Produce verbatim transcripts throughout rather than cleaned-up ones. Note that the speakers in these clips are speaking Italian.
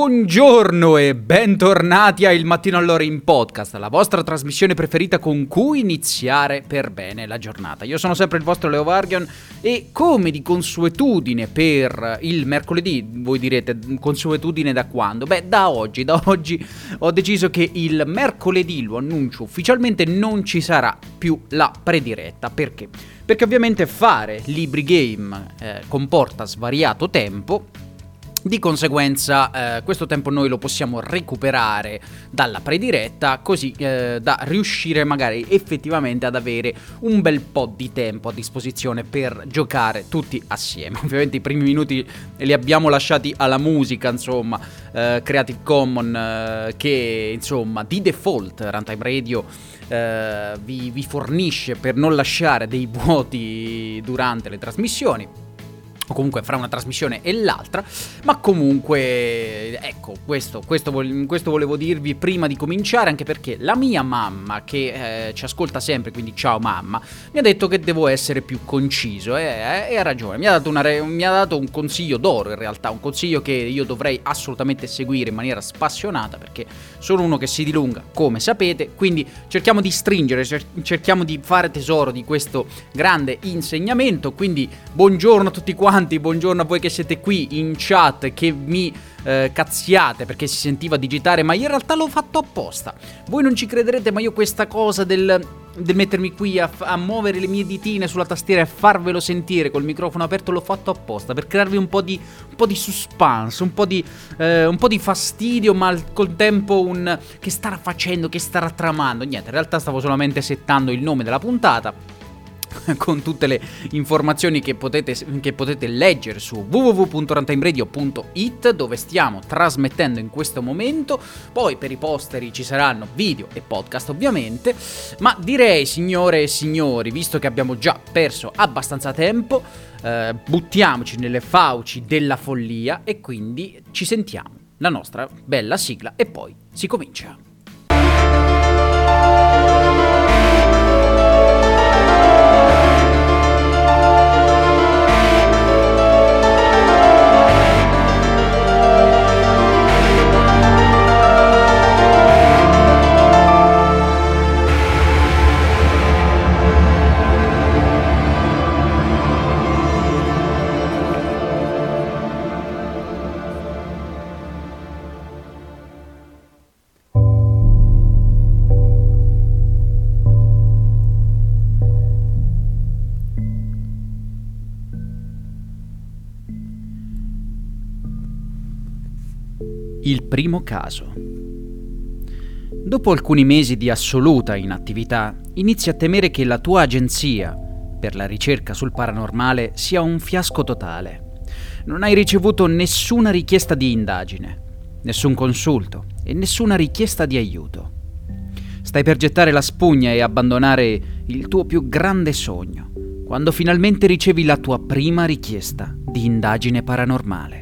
Buongiorno e bentornati a Il Mattino All'Ora in Podcast, la vostra trasmissione preferita con cui iniziare per bene la giornata. Io sono sempre il vostro Leo Varghion e come di consuetudine per il mercoledì, voi direte consuetudine da quando? Beh, da oggi, da oggi ho deciso che il mercoledì, lo annuncio ufficialmente, non ci sarà più la prediretta. Perché? Perché ovviamente fare Libri Game eh, comporta svariato tempo. Di conseguenza eh, questo tempo noi lo possiamo recuperare dalla prediretta, così eh, da riuscire magari effettivamente ad avere un bel po' di tempo a disposizione per giocare tutti assieme. Ovviamente i primi minuti li abbiamo lasciati alla musica, insomma, eh, Creative Commons, eh, che insomma di default Runtime Radio eh, vi, vi fornisce per non lasciare dei vuoti durante le trasmissioni, o comunque fra una trasmissione e l'altra. Ma comunque ecco, questo, questo, questo volevo dirvi prima di cominciare, anche perché la mia mamma, che eh, ci ascolta sempre, quindi ciao mamma, mi ha detto che devo essere più conciso e, e ha ragione. Mi ha dato, una, mi ha dato un consiglio d'oro, in realtà un consiglio che io dovrei assolutamente seguire in maniera spassionata, perché sono uno che si dilunga, come sapete. Quindi cerchiamo di stringere, cerchiamo di fare tesoro di questo grande insegnamento. Quindi buongiorno a tutti quanti. Buongiorno a voi che siete qui in chat, che mi eh, cazziate perché si sentiva digitare, ma io in realtà l'ho fatto apposta. Voi non ci crederete, ma io questa cosa del, del mettermi qui a, a muovere le mie ditine sulla tastiera e farvelo sentire col microfono aperto l'ho fatto apposta, per crearvi un po' di, un po' di suspense, un po' di, eh, un po' di fastidio, ma al contempo un che starà facendo, che starà tramando. Niente, in realtà stavo solamente settando il nome della puntata con tutte le informazioni che potete, che potete leggere su w w w punto runtime radio punto i t, dove stiamo trasmettendo in questo momento. Poi per i posteri ci saranno video e podcast, ovviamente. Ma direi, signore e signori, visto che abbiamo già perso abbastanza tempo, eh, buttiamoci nelle fauci della follia e quindi ci sentiamo la nostra bella sigla e poi si comincia. Il primo caso. Dopo alcuni mesi di assoluta inattività, inizi a temere che la tua agenzia per la ricerca sul paranormale sia un fiasco totale. Non hai ricevuto nessuna richiesta di indagine, nessun consulto e nessuna richiesta di aiuto. Stai per gettare la spugna e abbandonare il tuo più grande sogno, quando finalmente ricevi la tua prima richiesta di indagine paranormale.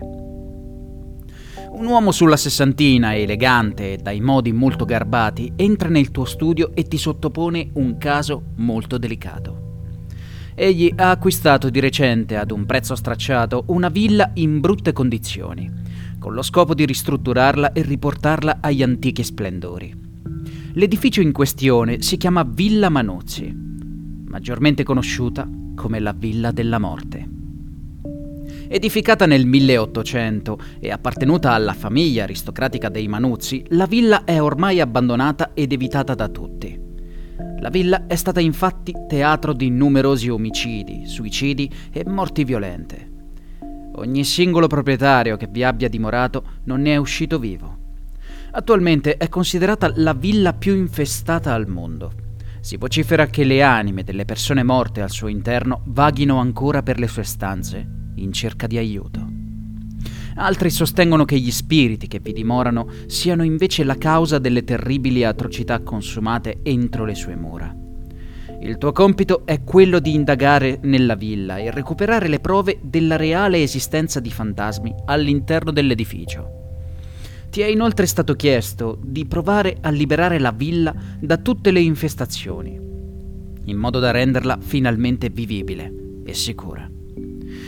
Un uomo sulla sessantina, elegante e dai modi molto garbati, entra nel tuo studio e ti sottopone un caso molto delicato. Egli ha acquistato di recente, ad un prezzo stracciato, una villa in brutte condizioni, con lo scopo di ristrutturarla e riportarla agli antichi splendori. L'edificio in questione si chiama Villa Manuzzi, maggiormente conosciuta come la Villa della Morte. Edificata nel milleottocento e appartenuta alla famiglia aristocratica dei Manuzzi, la villa è ormai abbandonata ed evitata da tutti. La villa è stata infatti teatro di numerosi omicidi, suicidi e morti violente. Ogni singolo proprietario che vi abbia dimorato non ne è uscito vivo. Attualmente è considerata la villa più infestata al mondo. Si vocifera che le anime delle persone morte al suo interno vaghino ancora per le sue stanze in cerca di aiuto. Altri sostengono che gli spiriti che vi dimorano siano invece la causa delle terribili atrocità consumate entro le sue mura. Il tuo compito è quello di indagare nella villa e recuperare le prove della reale esistenza di fantasmi all'interno dell'edificio. Ti è inoltre stato chiesto di provare a liberare la villa da tutte le infestazioni, in modo da renderla finalmente vivibile e sicura.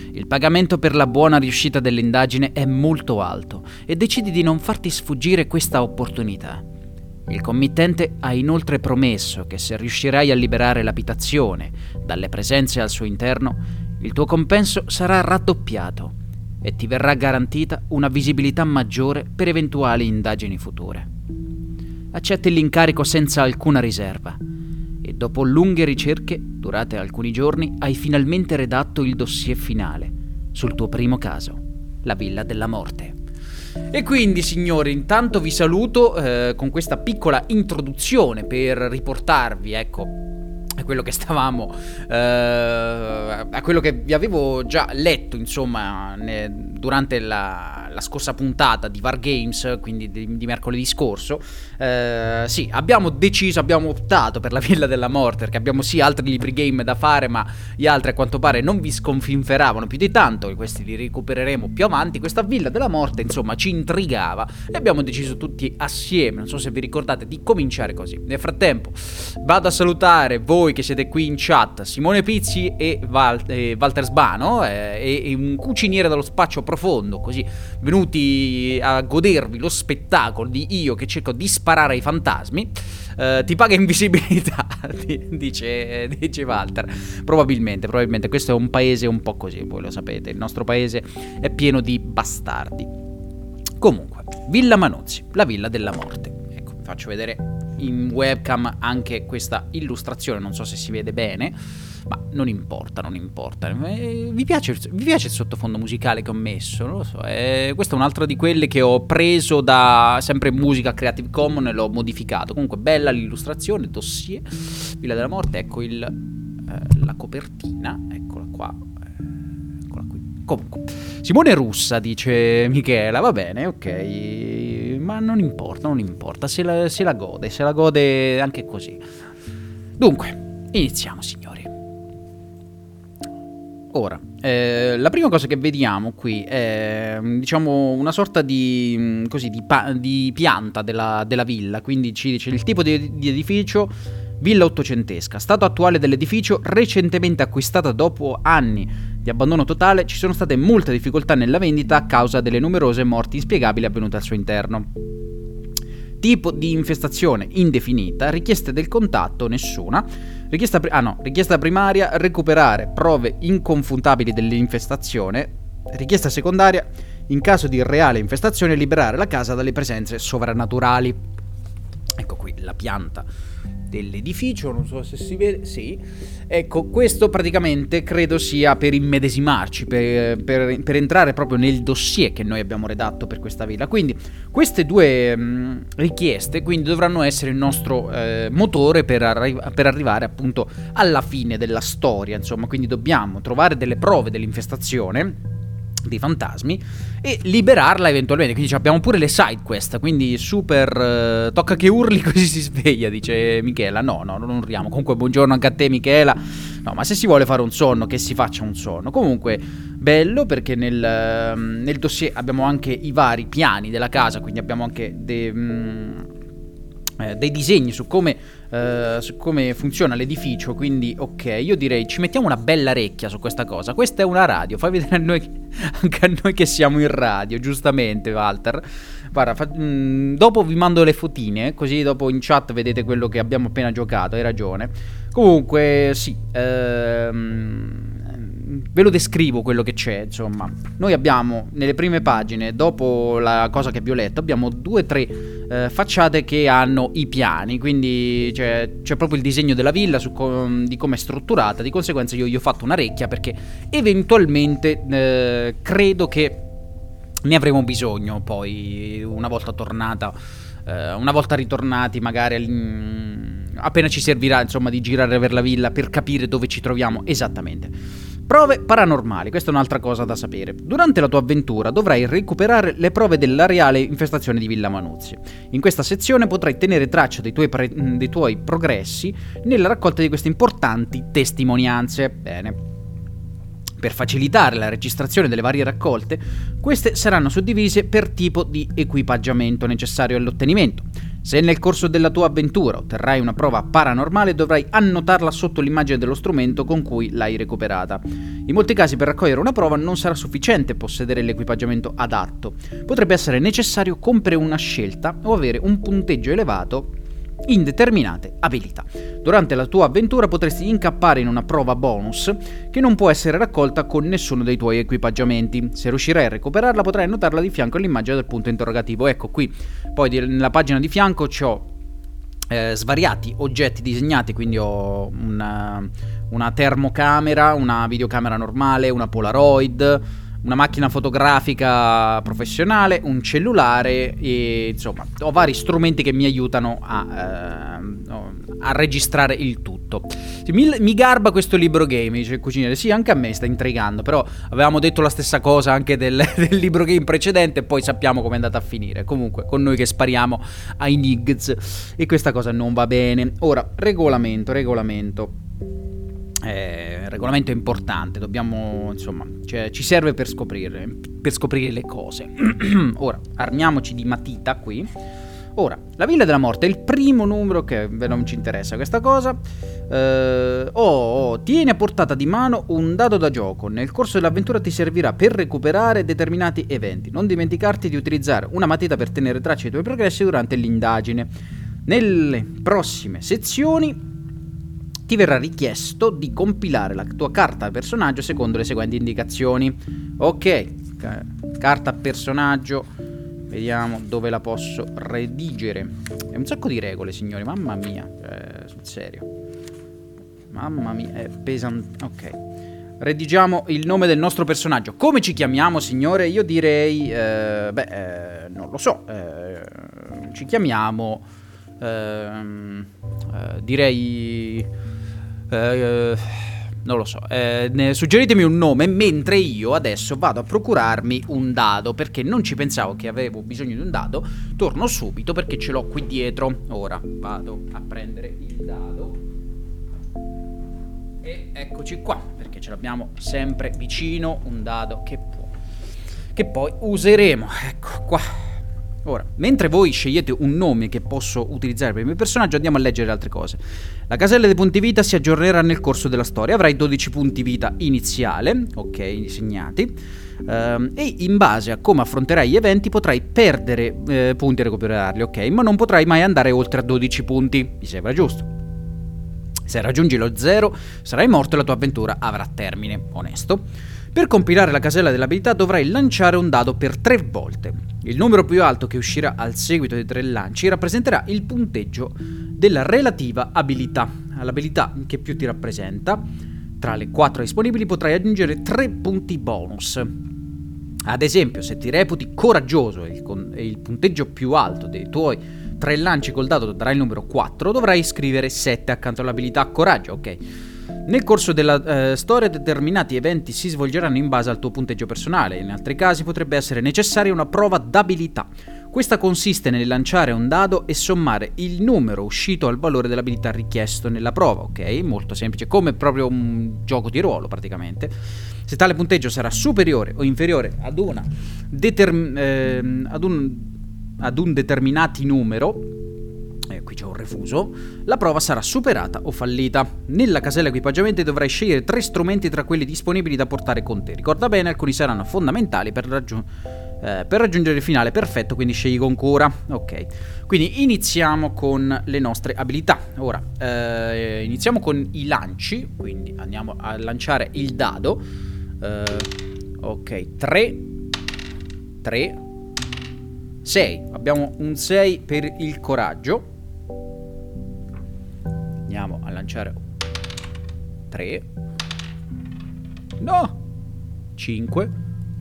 Il pagamento per la buona riuscita dell'indagine è molto alto e decidi di non farti sfuggire questa opportunità. Il committente ha inoltre promesso che se riuscirai a liberare l'abitazione dalle presenze al suo interno, il tuo compenso sarà raddoppiato e ti verrà garantita una visibilità maggiore per eventuali indagini future. Accetti l'incarico senza alcuna riserva e dopo lunghe ricerche, durate alcuni giorni, hai finalmente redatto il dossier finale sul tuo primo caso, la Villa della Morte. E quindi, signori, intanto vi saluto eh, con questa piccola introduzione per riportarvi, ecco, a quello che stavamo, eh, a quello che vi avevo già letto, insomma, ne, durante la, la scorsa puntata di Wargames, quindi di, di mercoledì scorso. Eh, sì, abbiamo deciso, abbiamo optato per la Villa della Morte, perché abbiamo sì altri libri game da fare, ma gli altri a quanto pare non vi sconfinferavano più di tanto, e questi li recupereremo più avanti. Questa Villa della Morte, insomma, ci intrigava e abbiamo deciso tutti assieme, non so se vi ricordate, di cominciare così. Nel frattempo vado a salutare voi che siete qui in chat, Simone Pizzi e, Val- e Walter Sbano, eh, e, e un cuciniere dallo spaccio profondo, così venuti a godervi lo spettacolo di io che cerco di sparare ai fantasmi. Uh, ti paga invisibilità, dice, dice Walter. Probabilmente, probabilmente questo è un paese un po' così, voi lo sapete, il nostro paese è pieno di bastardi. Comunque, Villa Manuzzi, la Villa della Morte. Ecco, vi faccio vedere in webcam anche questa illustrazione, non so se si vede bene, ma non importa, non importa. Eh, vi piace, vi piace il sottofondo musicale che ho messo? Non lo so, eh, questa è un'altra di quelle che ho preso da sempre musica Creative Commons e l'ho modificato. Comunque bella l'illustrazione, dossier, Villa della Morte, ecco il, eh, la copertina, eccola qua, eh, eccola qui. Comunque, Simone Russa, dice Michela, va bene, ok, ma non importa, non importa, se la, se la gode, se la gode anche così. Dunque, iniziamo, signori. Ora, eh, la prima cosa che vediamo qui è, diciamo, una sorta di, così, di, pa- di pianta della, della villa, quindi ci dice il tipo di, di edificio, villa ottocentesca, stato attuale dell'edificio, recentemente acquistata dopo anni di abbandono totale, ci sono state molte difficoltà nella vendita a causa delle numerose morti inspiegabili avvenute al suo interno. Tipo di infestazione indefinita, richieste del contatto nessuna, richiesta, pri- ah no, richiesta primaria recuperare prove inconfutabili dell'infestazione, richiesta secondaria in caso di reale infestazione liberare la casa dalle presenze sovrannaturali. Ecco qui la pianta dell'edificio, non so se si vede, sì, ecco, questo praticamente credo sia per immedesimarci, per, per, per entrare proprio nel dossier che noi abbiamo redatto per questa villa. Quindi queste due mh, richieste quindi dovranno essere il nostro eh, motore per, arri- per arrivare appunto alla fine della storia, insomma, quindi dobbiamo trovare delle prove dell'infestazione dei fantasmi e liberarla eventualmente. Quindi abbiamo pure le side quest, quindi super uh, tocca che urli così si sveglia, dice Michela. No, no, non urliamo. Comunque buongiorno anche a te, Michela. No, ma se si vuole fare un sonno, che si faccia un sonno. Comunque bello, perché nel, uh, nel dossier abbiamo anche i vari piani della casa, quindi abbiamo anche dei, um, eh, dei disegni su come Uh, su come funziona l'edificio. Quindi ok, io direi ci mettiamo una bella recchia su questa cosa. Questa è una radio, fai vedere a noi, anche a noi che siamo in radio, giustamente Walter. Guarda, fa, mh, dopo vi mando le fotine, così dopo in chat vedete quello che abbiamo appena giocato, hai ragione. Comunque sì, ehm, ve lo descrivo quello che c'è, insomma. Noi abbiamo nelle prime pagine, dopo la cosa che vi ho letto, abbiamo due o tre eh, facciate che hanno i piani, quindi c'è, c'è proprio il disegno della villa su com- di come è strutturata. Di conseguenza io gli ho fatto una recchia perché eventualmente eh, credo che ne avremo bisogno poi una volta tornata, eh, una volta ritornati magari appena ci servirà, insomma, di girare per la villa per capire dove ci troviamo esattamente. Prove paranormali, questa è un'altra cosa da sapere. Durante la tua avventura dovrai recuperare le prove della reale infestazione di Villa Manuzzi. In questa sezione potrai tenere traccia dei tuoi, pre- dei tuoi progressi nella raccolta di queste importanti testimonianze. Bene. Per facilitare la registrazione delle varie raccolte, queste saranno suddivise per tipo di equipaggiamento necessario all'ottenimento. Se nel corso della tua avventura otterrai una prova paranormale, dovrai annotarla sotto l'immagine dello strumento con cui l'hai recuperata. In molti casi per raccogliere una prova non sarà sufficiente possedere l'equipaggiamento adatto. Potrebbe essere necessario compiere una scelta o avere un punteggio elevato in determinate abilità. Durante la tua avventura potresti incappare in una prova bonus che non può essere raccolta con nessuno dei tuoi equipaggiamenti. Se riuscirai a recuperarla potrai annotarla di fianco all'immagine del punto interrogativo. Ecco qui, poi nella pagina di fianco c'ho eh, svariati oggetti disegnati, quindi ho una, una termocamera, una videocamera normale, una Polaroid, una macchina fotografica professionale, un cellulare e insomma ho vari strumenti che mi aiutano a, eh, a registrare il tutto. Mi, mi garba questo libro game, dice il cuciniere. Sì, anche a me sta intrigando, però avevamo detto la stessa cosa anche del, del libro game precedente e poi sappiamo com'è andata a finire. Comunque con noi che spariamo ai nigs e questa cosa non va bene. Ora, regolamento, regolamento. Eh, regolamento importante, dobbiamo insomma, cioè, ci serve per scoprire per scoprire le cose. Ora armiamoci di matita qui. Ora, la Villa della Morte è il primo numero che non ci interessa questa cosa. eh, oh, oh, tieni a portata di mano un dado da gioco. Nel corso dell'avventura ti servirà per recuperare determinati eventi. Non dimenticarti di utilizzare una matita per tenere traccia dei tuoi progressi durante l'indagine. Nelle prossime sezioni ti verrà richiesto di compilare la tua carta personaggio secondo le seguenti indicazioni. Ok, ca- carta personaggio, vediamo dove la posso redigere. È un sacco di regole, signori, mamma mia, eh, sul serio. Mamma mia, è pesante. Ok, redigiamo il nome del nostro personaggio. Come ci chiamiamo, signore? Io direi, eh, beh, eh, non lo so, eh, ci chiamiamo, ehm, eh, direi... Uh, non lo so, eh, ne, suggeritemi un nome mentre io adesso vado a procurarmi un dado, perché non ci pensavo che avevo bisogno di un dado. Torno subito perché ce l'ho qui dietro. Ora vado a prendere il dado e eccoci qua, perché ce l'abbiamo sempre vicino, un dado che può che poi useremo. Ecco qua. Ora, mentre voi scegliete un nome che posso utilizzare per il mio personaggio, andiamo a leggere altre cose. La casella dei punti vita si aggiornerà nel corso della storia. Avrai dodici punti vita iniziale, ok, segnati, ehm, e in base a come affronterai gli eventi potrai perdere eh, punti e recuperarli, ok, ma non potrai mai andare oltre a dodici punti. Mi sembra giusto. Se raggiungi lo zero sarai morto e la tua avventura avrà termine. Onesto. Per compilare la casella dell'abilità dovrai lanciare un dado per tre volte. Il numero più alto che uscirà al seguito dei tre lanci rappresenterà il punteggio della relativa abilità. L'abilità che più ti rappresenta. Tra le quattro disponibili potrai aggiungere tre punti bonus. Ad esempio, se ti reputi coraggioso e il, con- e il punteggio più alto dei tuoi tre lanci col dado darà il numero quattro, dovrai scrivere sette accanto all'abilità coraggio, ok? Nel corso della eh, storia determinati eventi si svolgeranno in base al tuo punteggio personale. In altri casi potrebbe essere necessaria una prova d'abilità. Questa consiste nel lanciare un dado e sommare il numero uscito al valore dell'abilità richiesto nella prova, ok? Molto semplice, come proprio un gioco di ruolo praticamente. Se tale punteggio sarà superiore o inferiore ad una determ- eh, ad un ad un determinati numero, e qui c'è un refuso, la prova sarà superata o fallita. Nella casella equipaggiamenti dovrai scegliere tre strumenti tra quelli disponibili da portare con te. Ricorda bene, alcuni saranno fondamentali per, raggiung- eh, per raggiungere il finale perfetto, quindi scegli con cura. Ok, quindi iniziamo con le nostre abilità. Ora, eh, iniziamo con i lanci, quindi andiamo a lanciare il dado. Eh, ok, tre, tre, sei. Abbiamo un sei per il coraggio. Andiamo a lanciare tre. No! cinque.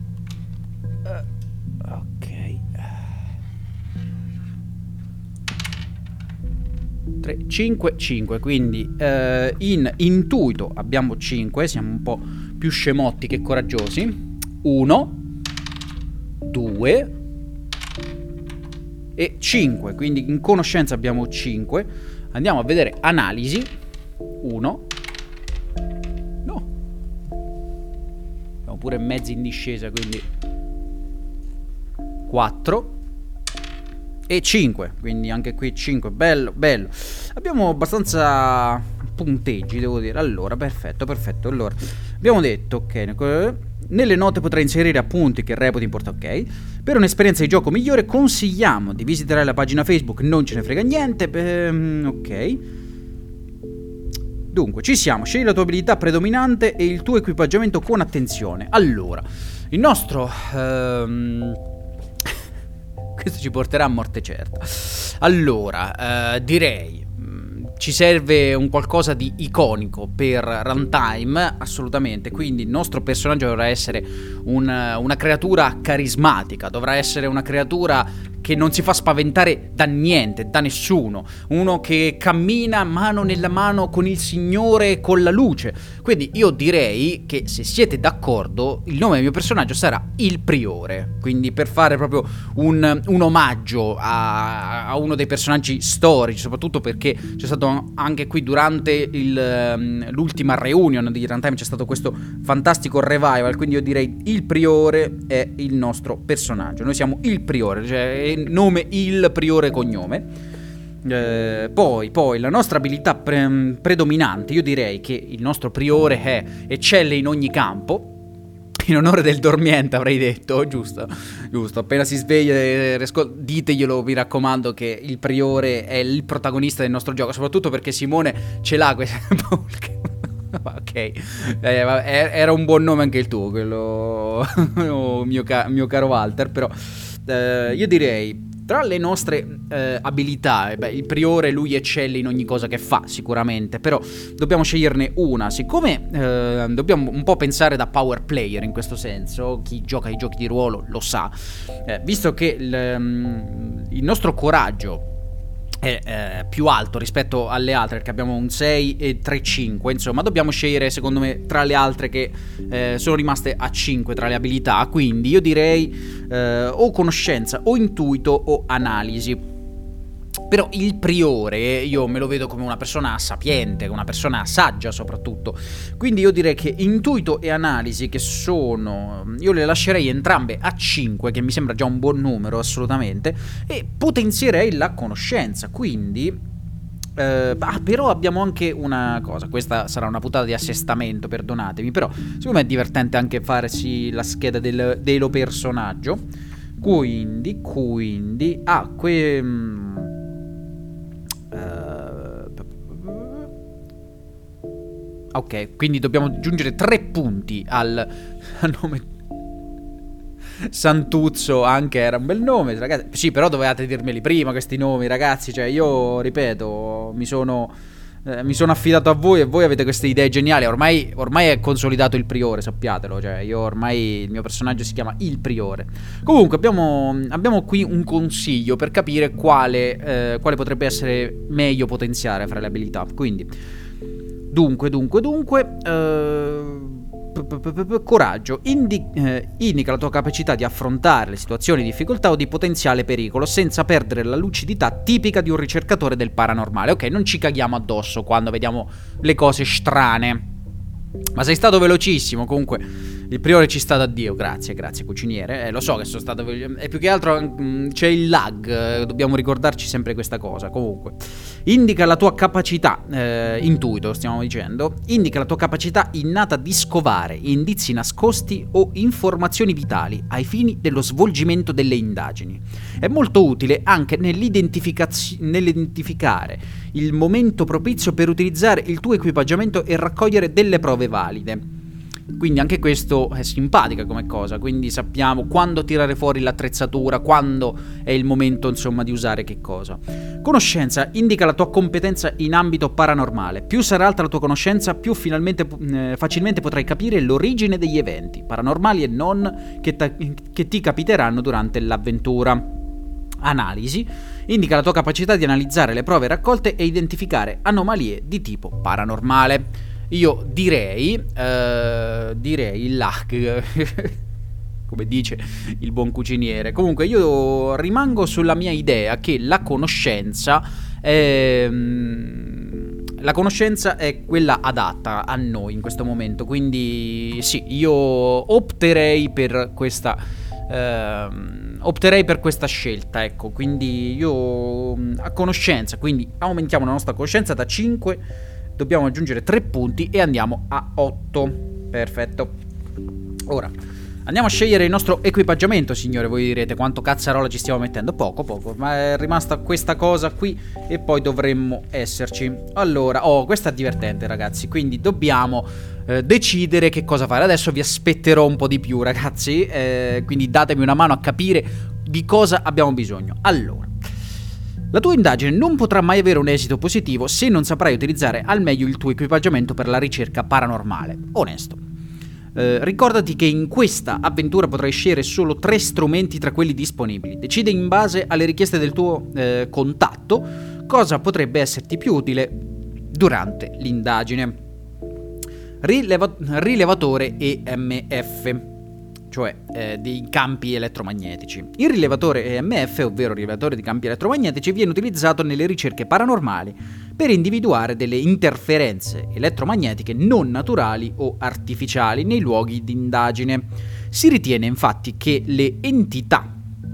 Uh, ok. tre, cinque, cinque. Quindi uh, in intuito abbiamo cinque. Siamo un po' più scemotti che coraggiosi. uno, due e cinque. Quindi in conoscenza abbiamo cinque. Andiamo a vedere analisi. uno. No. Siamo pure mezzi in discesa, quindi quattro. e cinque, quindi anche qui cinque, bello, bello. Abbiamo abbastanza punteggi, devo dire. Allora, perfetto, perfetto. Allora, abbiamo detto, ok, nelle note potrai inserire appunti che reputi importanti, ok. Per un'esperienza di gioco migliore consigliamo di visitare la pagina Facebook Non ce ne frega niente, beh, ok. Dunque, ci siamo, scegli la tua abilità predominante e il tuo equipaggiamento con attenzione. Allora, il nostro... Um... questo ci porterà a morte certa. Allora, uh, direi... ci serve un qualcosa di iconico per runtime, assolutamente. Quindi il nostro personaggio dovrà essere un, una creatura carismatica, dovrà essere una creatura che non si fa spaventare da niente, da nessuno, uno che cammina mano nella mano con il Signore e con la luce. Quindi io direi che, se siete d'accordo, il nome del mio personaggio sarà il Priore. Quindi per fare proprio un, un omaggio a, a uno dei personaggi storici, soprattutto perché c'è stato anche qui durante il, l'ultima reunion di Runtime c'è stato questo fantastico revival, quindi io direi il Priore è il nostro personaggio. Noi siamo il Priore, cioè nome il Priore cognome. Eh, poi, poi la nostra abilità pre- predominante, io direi che il nostro Priore è eccelle in ogni campo. In onore del dormiente avrei detto, giusto, giusto, appena si sveglia diteglielo, mi raccomando, che il Priore è il protagonista del nostro gioco, soprattutto perché Simone ce l'ha questa... ok, eh, era un buon nome anche il tuo, quello mio, ca- mio caro Walter, però eh, io direi... Tra le nostre eh, abilità, beh, il Priore, lui eccelle in ogni cosa che fa, sicuramente, però dobbiamo sceglierne una. Siccome eh, dobbiamo un po' pensare da power player in questo senso, chi gioca ai giochi di ruolo lo sa, eh, visto che il, um, il nostro coraggio è eh, più alto rispetto alle altre, perché abbiamo un sei e tre cinque, insomma dobbiamo scegliere secondo me tra le altre che eh, sono rimaste a cinque tra le abilità, quindi io direi eh, o conoscenza o intuito o analisi. Però il Priore io me lo vedo come una persona sapiente, una persona saggia soprattutto, quindi io direi che intuito e analisi, che sono, io le lascerei entrambe a cinque, che mi sembra già un buon numero assolutamente, e potenzierei la conoscenza, quindi... Uh, ah, però abbiamo anche una cosa, questa sarà una puntata di assestamento, perdonatemi, però secondo me è divertente anche farsi la scheda del, dello personaggio, quindi, quindi, ah, que... Uh, ok, quindi dobbiamo aggiungere tre punti al, al nome. Santuzzo anche era un bel nome, ragazzi. Sì, però dovevate dirmeli prima questi nomi, ragazzi. Cioè, io ripeto, mi sono eh, mi sono affidato a voi e voi avete queste idee geniali. Ormai, ormai è consolidato il Priore, sappiatelo. Cioè, io ormai il mio personaggio si chiama il Priore. Comunque, abbiamo, abbiamo qui un consiglio per capire quale, eh, quale potrebbe essere meglio potenziare fra le abilità. Quindi, dunque, dunque, dunque. Eh... Coraggio Indi- eh, indica la tua capacità di affrontare le situazioni di difficoltà o di potenziale pericolo senza perdere la lucidità tipica di un ricercatore del paranormale. Ok, non ci caghiamo addosso quando vediamo le cose strane. Ma sei stato velocissimo. Comunque il Priore ci sta da Dio. Grazie, grazie cuciniere. eh, Lo so che sono stato ve- E più che altro mh, c'è il lag, eh, dobbiamo ricordarci sempre questa cosa. Comunque indica la tua capacità eh, intuito, stiamo dicendo. Indica la tua capacità innata di scovare indizi nascosti o informazioni vitali ai fini dello svolgimento delle indagini. È molto utile anche nell'identificaz- nell'identificare il momento propizio per utilizzare il tuo equipaggiamento e raccogliere delle prove valide. Quindi anche questo è simpatica come cosa, quindi sappiamo quando tirare fuori l'attrezzatura, quando è il momento insomma di usare che cosa. Conoscenza indica la tua competenza in ambito paranormale. Più sarà alta la tua conoscenza, più finalmente eh, facilmente potrai capire l'origine degli eventi paranormali e non che, ta- che ti capiteranno durante l'avventura. Analisi indica la tua capacità di analizzare le prove raccolte e identificare anomalie di tipo paranormale. Io direi, uh, direi il lag, come dice il buon cuciniere. Comunque io rimango sulla mia idea che la conoscenza è, la conoscenza è quella adatta a noi in questo momento. Quindi sì, io opterei per questa... Uh, opterei per questa scelta, ecco, quindi io a conoscenza, quindi aumentiamo la nostra conoscenza da cinque, dobbiamo aggiungere tre punti e andiamo a otto. Perfetto. Ora andiamo a scegliere il nostro equipaggiamento, signore. Voi direte quanto cazzarola ci stiamo mettendo. Poco, poco, ma è rimasta questa cosa qui e poi dovremmo esserci. Allora, oh, questa è divertente, ragazzi. Quindi dobbiamo eh, decidere che cosa fare. Adesso vi aspetterò un po' di più, ragazzi, eh, quindi datemi una mano a capire di cosa abbiamo bisogno. Allora, la tua indagine non potrà mai avere un esito positivo se non saprai utilizzare al meglio il tuo equipaggiamento per la ricerca paranormale. Onesto. Eh, ricordati che in questa avventura potrai scegliere solo tre strumenti tra quelli disponibili. Decide in base alle richieste del tuo eh, contatto cosa potrebbe esserti più utile durante l'indagine. Rileva- rilevatore E M F, cioè eh, dei campi elettromagnetici. Il rilevatore E M F, ovvero rilevatore di campi elettromagnetici, viene utilizzato nelle ricerche paranormali per individuare delle interferenze elettromagnetiche non naturali o artificiali nei luoghi di indagine. Si ritiene infatti che le entità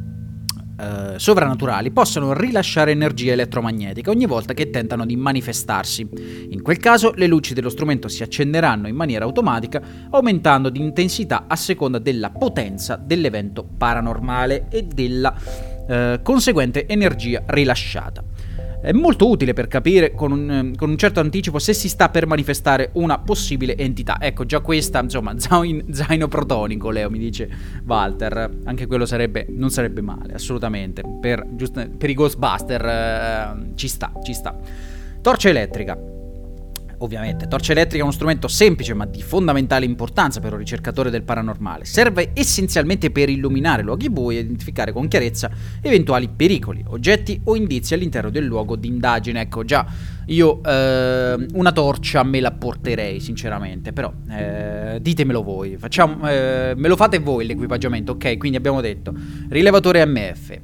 eh, sovrannaturali possano rilasciare energia elettromagnetica ogni volta che tentano di manifestarsi. In quel caso le luci dello strumento si accenderanno in maniera automatica, aumentando di intensità a seconda della potenza dell'evento paranormale e della eh, conseguente energia rilasciata. È molto utile per capire con un, con un certo anticipo se si sta per manifestare una possibile entità. Ecco, già questa, insomma, zaino, zaino protonico, Leo, mi dice Walter. Anche quello sarebbe, non sarebbe male, assolutamente. Per, giusto, per i Ghostbuster eh, ci sta, ci sta. Torcia elettrica. Ovviamente, torcia elettrica è uno strumento semplice ma di fondamentale importanza per un ricercatore del paranormale. Serve essenzialmente per illuminare luoghi bui e identificare con chiarezza eventuali pericoli, oggetti o indizi all'interno del luogo di indagine. Ecco, già io eh, una torcia me la porterei, sinceramente, però eh, ditemelo voi, facciamo, eh, me lo fate voi l'equipaggiamento, ok? Quindi abbiamo detto rilevatore M F,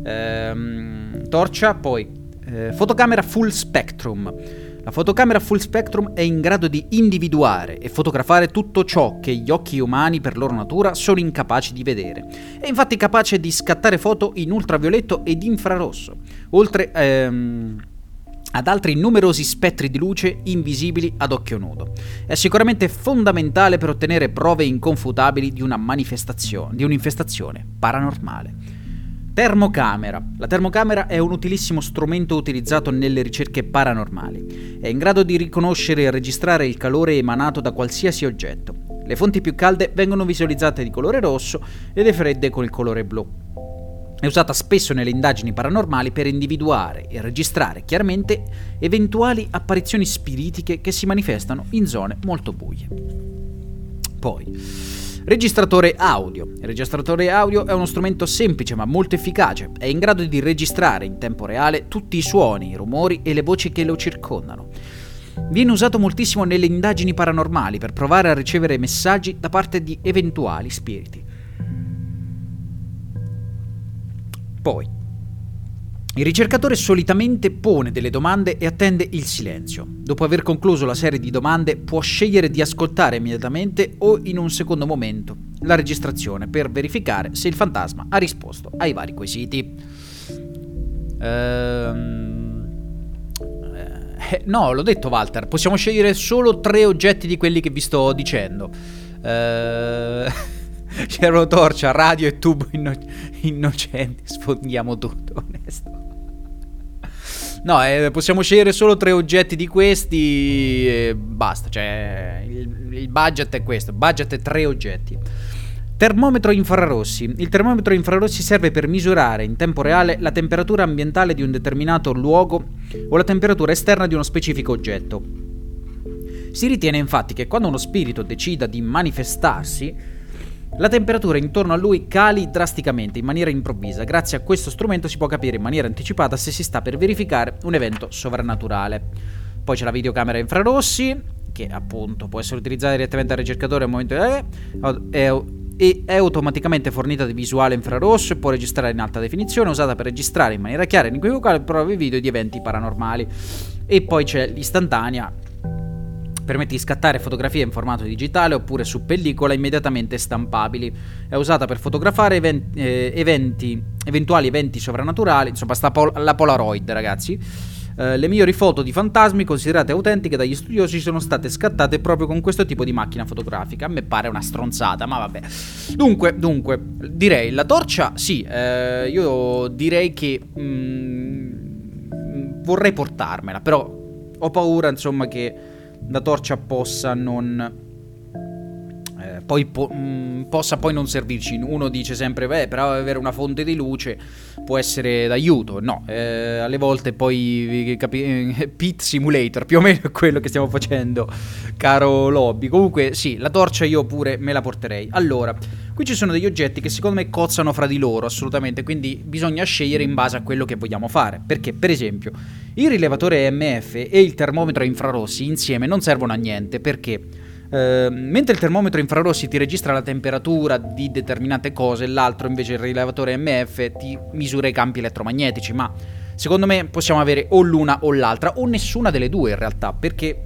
ehm, torcia, poi eh, fotocamera full spectrum. La fotocamera full spectrum è in grado di individuare e fotografare tutto ciò che gli occhi umani per loro natura sono incapaci di vedere. È infatti capace di scattare foto in ultravioletto ed infrarosso, oltre ehm, ad altri numerosi spettri di luce invisibili ad occhio nudo. È sicuramente fondamentale per ottenere prove inconfutabili di una manifestazione, di un'infestazione paranormale. Termocamera. La termocamera è un utilissimo strumento utilizzato nelle ricerche paranormali. È in grado di riconoscere e registrare il calore emanato da qualsiasi oggetto. Le fonti più calde vengono visualizzate di colore rosso e le fredde con il colore blu. È usata spesso nelle indagini paranormali per individuare e registrare chiaramente eventuali apparizioni spiritiche che si manifestano in zone molto buie. Poi, registratore audio. Il registratore audio è uno strumento semplice ma molto efficace. È in grado di registrare in tempo reale tutti i suoni, i rumori e le voci che lo circondano. Viene usato moltissimo nelle indagini paranormali per provare a ricevere messaggi da parte di eventuali spiriti. Poi, il ricercatore solitamente pone delle domande e attende il silenzio. Dopo aver concluso la serie di domande, può scegliere di ascoltare immediatamente o in un secondo momento la registrazione per verificare se il fantasma ha risposto ai vari quesiti. Ehm... Eh, no, l'ho detto, Walter, possiamo scegliere solo tre oggetti di quelli che vi sto dicendo. Ehm... C'erano torcia, radio e tubo inno- innocenti. Sfondiamo tutto, onesto. No, eh, possiamo scegliere solo tre oggetti di questi e basta. Cioè, il, il budget è questo. Budget è tre oggetti. Termometro infrarossi. Il termometro infrarossi serve per misurare in tempo reale la temperatura ambientale di un determinato luogo o la temperatura esterna di uno specifico oggetto. Si ritiene infatti che quando uno spirito decida di manifestarsi, la temperatura intorno a lui cali drasticamente in maniera improvvisa. Grazie a questo strumento si può capire in maniera anticipata se si sta per verificare un evento sovrannaturale. Poi c'è la videocamera infrarossi, che appunto può essere utilizzata direttamente dal ricercatore al momento è, è, è, è automaticamente fornita di visuale infrarosso e può registrare in alta definizione, usata per registrare in maniera chiara e inequivocabile prove video di eventi paranormali. E poi c'è l'istantanea Permette di scattare fotografie in formato digitale oppure su pellicola immediatamente stampabili. È usata per fotografare eventi, eh, eventi eventuali eventi sovrannaturali, insomma sta pol- la Polaroid, ragazzi. Uh, le migliori foto di fantasmi considerate autentiche dagli studiosi sono state scattate proprio con questo tipo di macchina fotografica. A me pare una stronzata, ma vabbè. Dunque, dunque, direi la torcia, sì, uh, io direi che mm, vorrei portarmela, però ho paura, insomma, che la torcia possa non... Eh, poi po- mh, possa poi non servirci. Uno dice sempre, beh, però avere una fonte di luce può essere d'aiuto. No, eh, alle volte poi capi- Pit Simulator, più o meno è quello che stiamo facendo, caro Lobby. Comunque sì, la torcia io pure me la porterei. Allora, qui ci sono degli oggetti che secondo me cozzano fra di loro, assolutamente, quindi bisogna scegliere in base a quello che vogliamo fare. Perché, per esempio, il rilevatore E M F e il termometro infrarossi insieme non servono a niente, perché Uh, mentre il termometro infrarossi ti registra la temperatura di determinate cose, l'altro invece, il rilevatore M F, ti misura i campi elettromagnetici. Ma secondo me possiamo avere o l'una o l'altra, o nessuna delle due in realtà, perché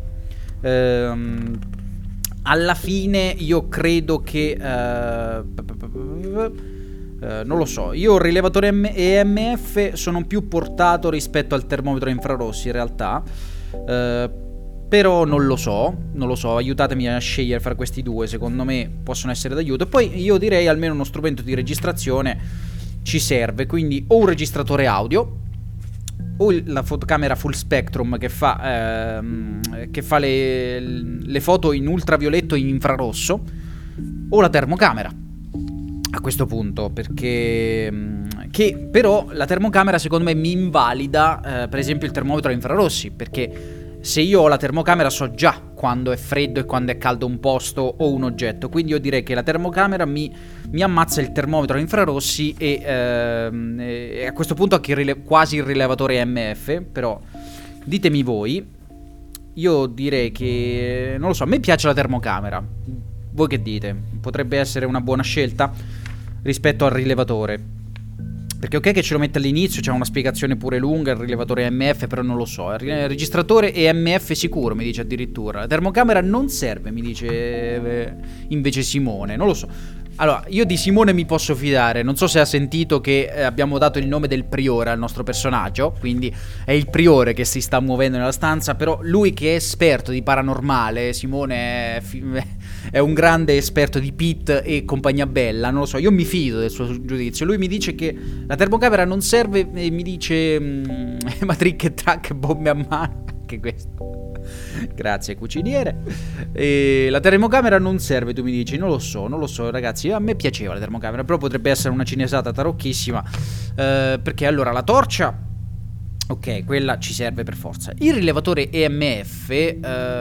uh, alla fine io credo che uh, uh, non lo so, io il rilevatore E M F sono più portato rispetto al termometro infrarossi in realtà. uh, Però non lo so, non lo so, aiutatemi a scegliere fra questi due, secondo me possono essere d'aiuto. E poi io direi almeno uno strumento di registrazione ci serve, quindi o un registratore audio, o la fotocamera full spectrum che fa, ehm, che fa le, le foto in ultravioletto e in infrarosso, o la termocamera a questo punto, perché... che però la termocamera secondo me mi invalida, eh, per esempio, il termometro a infrarossi, perché... se io ho la termocamera so già quando è freddo e quando è caldo un posto o un oggetto, quindi io direi che la termocamera mi, mi ammazza il termometro a infrarossi e, ehm, e a questo punto anche il rile- quasi il rilevatore E M F, però ditemi voi. Io direi che, non lo so, a me piace la termocamera, voi che dite? Potrebbe essere una buona scelta rispetto al rilevatore? Perché ok che ce lo mette all'inizio, c'è una spiegazione pure lunga, il rilevatore E M F, però non lo so. Il registratore E M F sicuro, mi dice addirittura. La termocamera non serve, mi dice eh, invece Simone, non lo so. Allora, io di Simone mi posso fidare, non so se ha sentito che eh, abbiamo dato il nome del priore al nostro personaggio, quindi è il priore che si sta muovendo nella stanza, però lui che è esperto di paranormale, Simone è, fi- è un grande esperto di Pit e compagnia bella, non lo so, io mi fido del suo giudizio. Lui mi dice che la termocamera non serve e mi dice mm, ma trick e track, bombe a mano, anche questo. Grazie cuciniere. E la termocamera non serve, tu mi dici. Non lo so, non lo so ragazzi. A me piaceva la termocamera, però potrebbe essere una cinesata tarocchissima, eh, perché allora la torcia, ok, quella ci serve per forza. Il rilevatore E M F eh,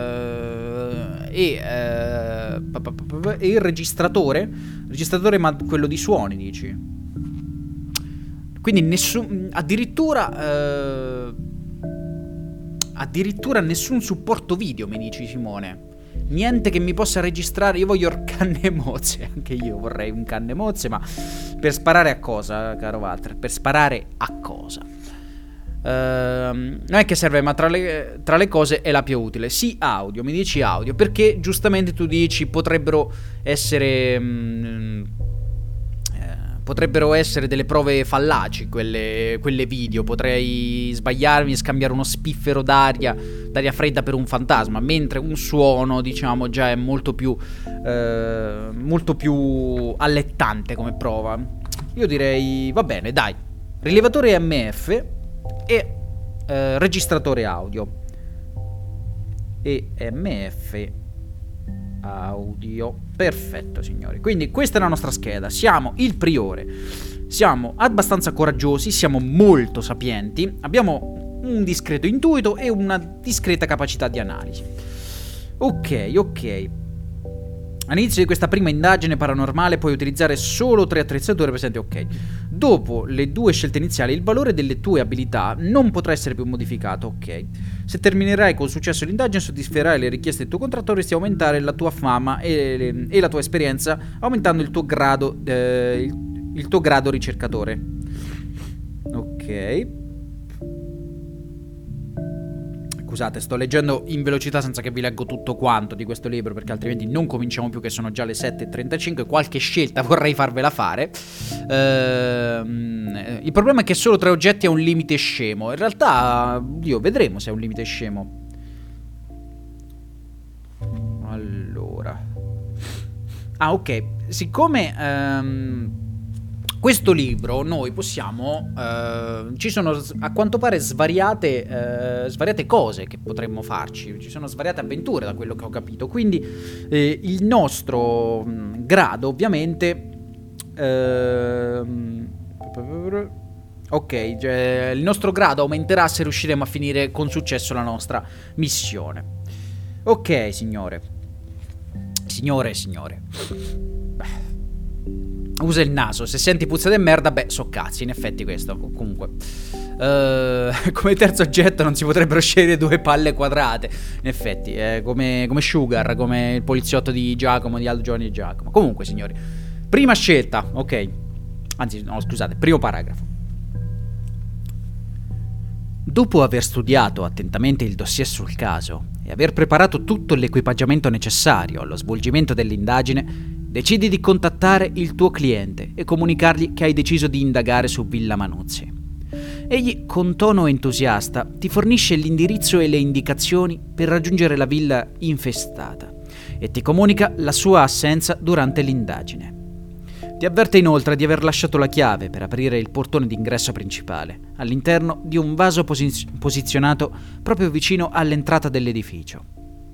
e, eh, e il registratore registratore ma quello di suoni, dici. Quindi nessun, addirittura eh, addirittura nessun supporto video, mi dici Simone. Niente che mi possa registrare. Io voglio il canne mozze. Anche io vorrei un canne mozze, ma per sparare a cosa, caro Walter? Per sparare a cosa? Uh, non è che serve, ma tra le, tra le cose è la più utile. Sì, audio, mi dici audio, perché giustamente tu dici potrebbero essere mh, potrebbero essere delle prove fallaci quelle, quelle video. Potrei sbagliarmi e scambiare uno spiffero d'aria d'aria fredda per un fantasma, mentre un suono, diciamo, già è molto più eh, molto più allettante come prova. Io direi va bene, dai, rilevatore E M F e eh, registratore audio. E M F audio. Perfetto signori, quindi questa è la nostra scheda. Siamo il priore, siamo abbastanza coraggiosi, siamo molto sapienti, abbiamo un discreto intuito e una discreta capacità di analisi. Ok, ok. All'inizio di questa prima indagine paranormale puoi utilizzare solo tre attrezzature presenti, ok. Dopo le due scelte iniziali, il valore delle tue abilità non potrà essere più modificato, ok. Se terminerai con successo l'indagine, soddisferai le richieste del tuo contratto, dovresti aumentare la tua fama e, e la tua esperienza, aumentando il tuo grado, eh, il, il tuo grado ricercatore. Ok. Scusate, sto leggendo in velocità senza che vi leggo tutto quanto di questo libro, perché altrimenti non cominciamo più, che sono già le sette e trentacinque. Qualche scelta vorrei farvela fare. Ehm, il problema è che solo tre oggetti è un limite scemo. In realtà, Dio, vedremo se è un limite scemo. Allora. Ah, ok. Siccome... Ehm, questo libro noi possiamo, eh, ci sono a quanto pare svariate, eh, svariate cose che potremmo farci, ci sono svariate avventure da quello che ho capito, quindi eh, il nostro mh, grado ovviamente, eh, ok, cioè, il nostro grado aumenterà se riusciremo a finire con successo la nostra missione. Ok, signore, signore e signore. Beh. Usa il naso, se senti puzza di merda, beh, so cazzi, in effetti questo, comunque. Uh, come terzo oggetto non si potrebbero scegliere due palle quadrate, in effetti, eh, come, come Sugar, come il poliziotto di Giacomo, di Aldo Giovanni e Giacomo. Comunque, signori, prima scelta, ok. Anzi, no, scusate, primo paragrafo. Dopo aver studiato attentamente il dossier sul caso e aver preparato tutto l'equipaggiamento necessario allo svolgimento dell'indagine, decidi di contattare il tuo cliente e comunicargli che hai deciso di indagare su Villa Manuzzi. Egli, con tono entusiasta, ti fornisce l'indirizzo e le indicazioni per raggiungere la villa infestata e ti comunica la sua assenza durante l'indagine. Ti avverte inoltre di aver lasciato la chiave per aprire il portone d'ingresso principale, all'interno di un vaso posi- posizionato proprio vicino all'entrata dell'edificio.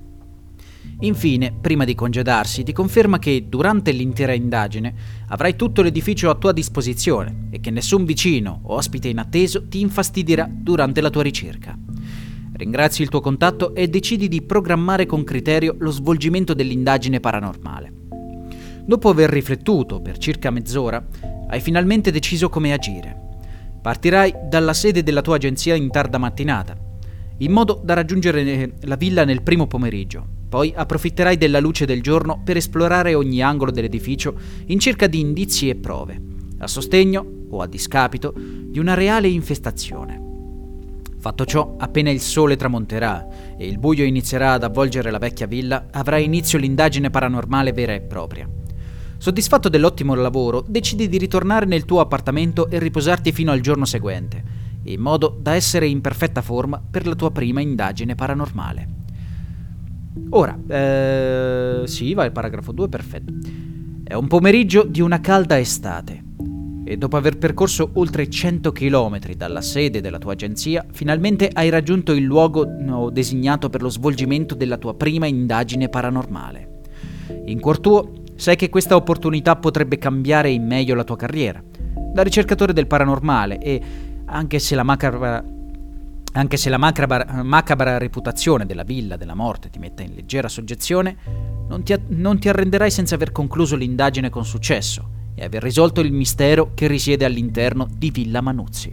Infine, prima di congedarsi, ti conferma che durante l'intera indagine avrai tutto l'edificio a tua disposizione e che nessun vicino o ospite inatteso ti infastidirà durante la tua ricerca. Ringrazi il tuo contatto e decidi di programmare con criterio lo svolgimento dell'indagine paranormale. Dopo aver riflettuto per circa mezz'ora, hai finalmente deciso come agire. Partirai dalla sede della tua agenzia in tarda mattinata, in modo da raggiungere la villa nel primo pomeriggio. Poi approfitterai della luce del giorno per esplorare ogni angolo dell'edificio in cerca di indizi e prove, a sostegno o a discapito di una reale infestazione. Fatto ciò, appena il sole tramonterà e il buio inizierà ad avvolgere la vecchia villa, avrà inizio l'indagine paranormale vera e propria. Soddisfatto dell'ottimo lavoro, decidi di ritornare nel tuo appartamento e riposarti fino al giorno seguente, in modo da essere in perfetta forma per la tua prima indagine paranormale. Ora, eh, sì, va il paragrafo due, perfetto. È un pomeriggio di una calda estate e dopo aver percorso oltre cento chilometri dalla sede della tua agenzia, finalmente hai raggiunto il luogo no, designato per lo svolgimento della tua prima indagine paranormale. In cuor tuo sai che questa opportunità potrebbe cambiare in meglio la tua carriera da ricercatore del paranormale e, anche se la macabra Anche se la macabra, macabra reputazione della Villa della Morte ti metta in leggera soggezione, non ti, non ti arrenderai senza aver concluso l'indagine con successo e aver risolto il mistero che risiede all'interno di Villa Manuzzi.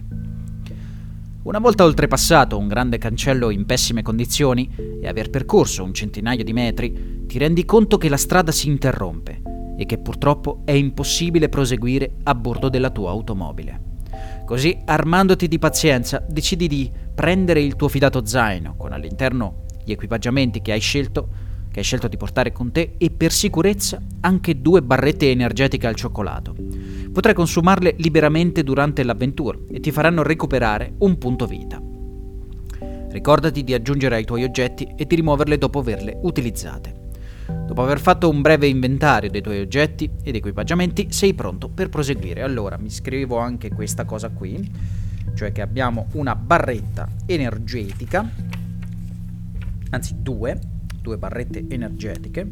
Una volta oltrepassato un grande cancello in pessime condizioni e aver percorso un centinaio di metri, ti rendi conto che la strada si interrompe e che purtroppo è impossibile proseguire a bordo della tua automobile. Così, armandoti di pazienza, decidi di prendere il tuo fidato zaino, con all'interno gli equipaggiamenti che hai scelto, che hai scelto di portare con te, e per sicurezza anche due barrette energetiche al cioccolato. Potrai consumarle liberamente durante l'avventura e ti faranno recuperare un punto vita. Ricordati di aggiungere ai tuoi oggetti e di rimuoverle dopo averle utilizzate. Dopo aver fatto un breve inventario dei tuoi oggetti ed equipaggiamenti, sei pronto per proseguire. Allora, mi scrivo anche questa cosa qui, cioè che abbiamo una barretta energetica, anzi due, due barrette energetiche,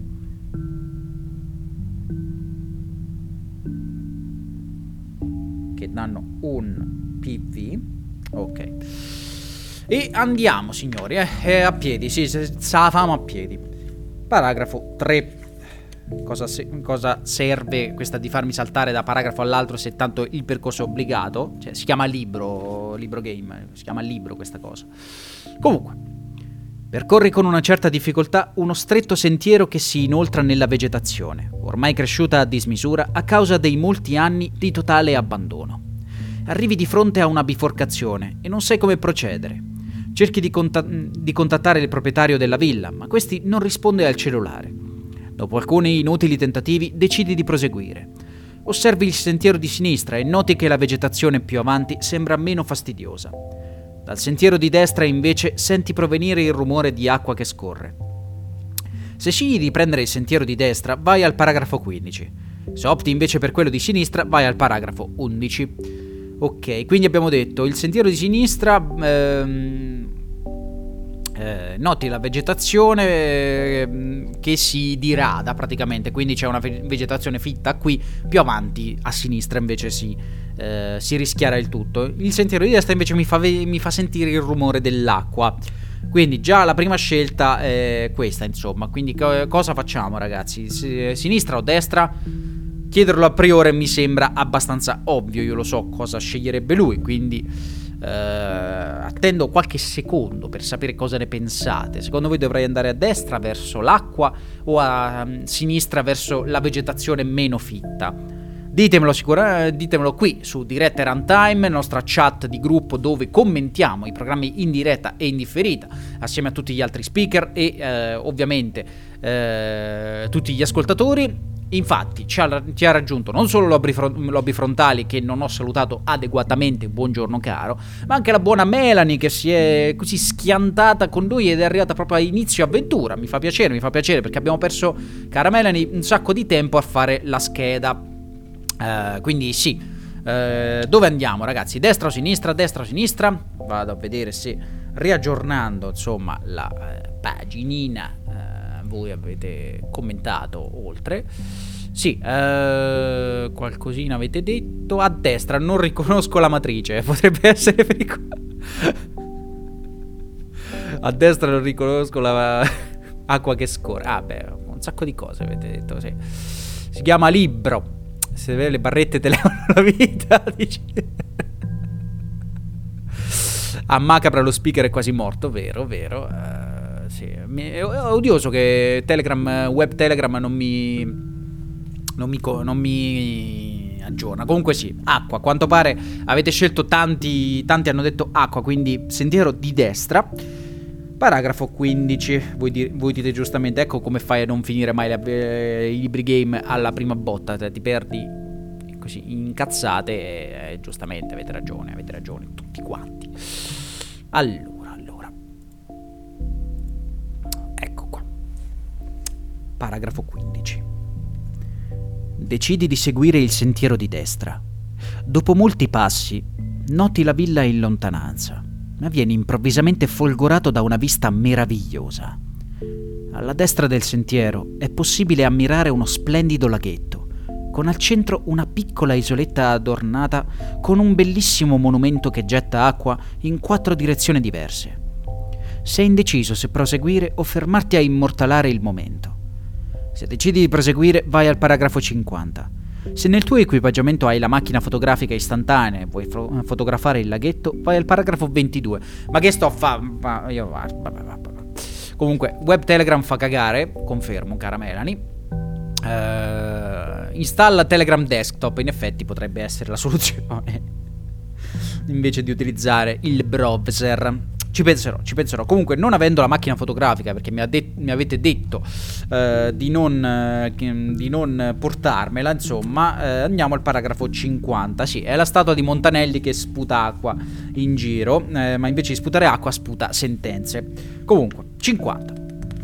che danno un P V, ok. E andiamo, signori, eh, eh a piedi, sì, se, se la famo a piedi. Paragrafo tre. Cosa, se- cosa serve questa di farmi saltare da paragrafo all'altro se tanto il percorso è obbligato? Cioè, si chiama libro, libro game, si chiama libro questa cosa. Comunque, percorri con una certa difficoltà uno stretto sentiero che si inoltra nella vegetazione, ormai cresciuta a dismisura a causa dei molti anni di totale abbandono. Arrivi di fronte a una biforcazione e non sai come procedere. Cerchi di, conta- di contattare il proprietario della villa, ma questi non risponde al cellulare. Dopo alcuni inutili tentativi, decidi di proseguire. Osservi il sentiero di sinistra e noti che la vegetazione più avanti sembra meno fastidiosa. Dal sentiero di destra, invece, senti provenire il rumore di acqua che scorre. Se scegli di prendere il sentiero di destra, vai al paragrafo quindici. Se opti invece per quello di sinistra, vai al paragrafo undici. Ok, quindi abbiamo detto il sentiero di sinistra, ehm, eh, noti la vegetazione eh, che si dirada praticamente, quindi c'è una vegetazione fitta qui, più avanti a sinistra invece si, eh, si rischiara il tutto. Il sentiero di destra invece mi fa, mi fa sentire il rumore dell'acqua, quindi già la prima scelta è questa, insomma. Quindi co- cosa facciamo, ragazzi? S- sinistra o destra? Chiederlo a priori mi sembra abbastanza ovvio, io lo so cosa sceglierebbe lui, quindi eh, attendo qualche secondo per sapere cosa ne pensate. Secondo voi dovrei andare a destra verso l'acqua o a um, sinistra verso la vegetazione meno fitta? Ditemelo, sicura, ditemelo qui su Diretta e Runtime, nostra chat di gruppo dove commentiamo i programmi in diretta e in differita assieme a tutti gli altri speaker e eh, ovviamente eh, tutti gli ascoltatori. Infatti ci ha, ci ha raggiunto non solo Lobby, Fron- Lobby Frontali, che non ho salutato adeguatamente, buongiorno caro, ma anche la buona Melanie, che si è così schiantata con noi ed è arrivata proprio a inizio avventura. Mi fa piacere, mi fa piacere perché abbiamo perso, cara Melanie, un sacco di tempo a fare la scheda. Uh, quindi sì, uh, dove andiamo, ragazzi? Destra o sinistra? Destra o sinistra? Vado a vedere se riaggiornando insomma la uh, paginina uh, voi avete commentato oltre. Sì, uh, qualcosina avete detto. A destra non riconosco la matrice, potrebbe essere pericoloso. A destra non riconosco la acqua che scorre. Ah beh, un sacco di cose avete detto, sì. Si chiama libro. Se vede le barrette te levano la vita, dici. A macabra lo speaker è quasi morto, vero, vero. Uh, sì. È odioso che Telegram, web Telegram non mi non mi, non mi aggiorna. Comunque sì, acqua, a quanto pare avete scelto tanti, tanti hanno detto acqua, quindi sentiero di destra. Paragrafo quindici, voi, di, voi dite giustamente, ecco come fai a non finire mai la, eh, i libri game alla prima botta, te, ti perdi così incazzate e eh, giustamente avete ragione, avete ragione tutti quanti. Allora, allora. Ecco qua. Paragrafo quindici. Decidi di seguire il sentiero di destra. Dopo molti passi, noti la villa in lontananza, ma vieni improvvisamente folgorato da una vista meravigliosa. Alla destra del sentiero è possibile ammirare uno splendido laghetto, con al centro una piccola isoletta adornata con un bellissimo monumento che getta acqua in quattro direzioni diverse. Sei indeciso se proseguire o fermarti a immortalare il momento. Se decidi di proseguire, vai al paragrafo cinquanta. Se nel tuo equipaggiamento hai la macchina fotografica istantanea e vuoi fo- fotografare il laghetto, vai al paragrafo ventidue. Ma che sto a fa... Ma io... Comunque, web Telegram fa cagare, confermo, cara Melanie. Uh, installa Telegram Desktop, in effetti potrebbe essere la soluzione. Invece di utilizzare il browser. Ci penserò, ci penserò. Comunque, non avendo la macchina fotografica, perché mi, ha de- mi avete detto uh, di, non, uh, di non portarmela, insomma, uh, andiamo al paragrafo cinquanta. Sì, è la statua di Montanelli che sputa acqua in giro, uh, ma invece di sputare acqua sputa sentenze. Comunque, cinquanta.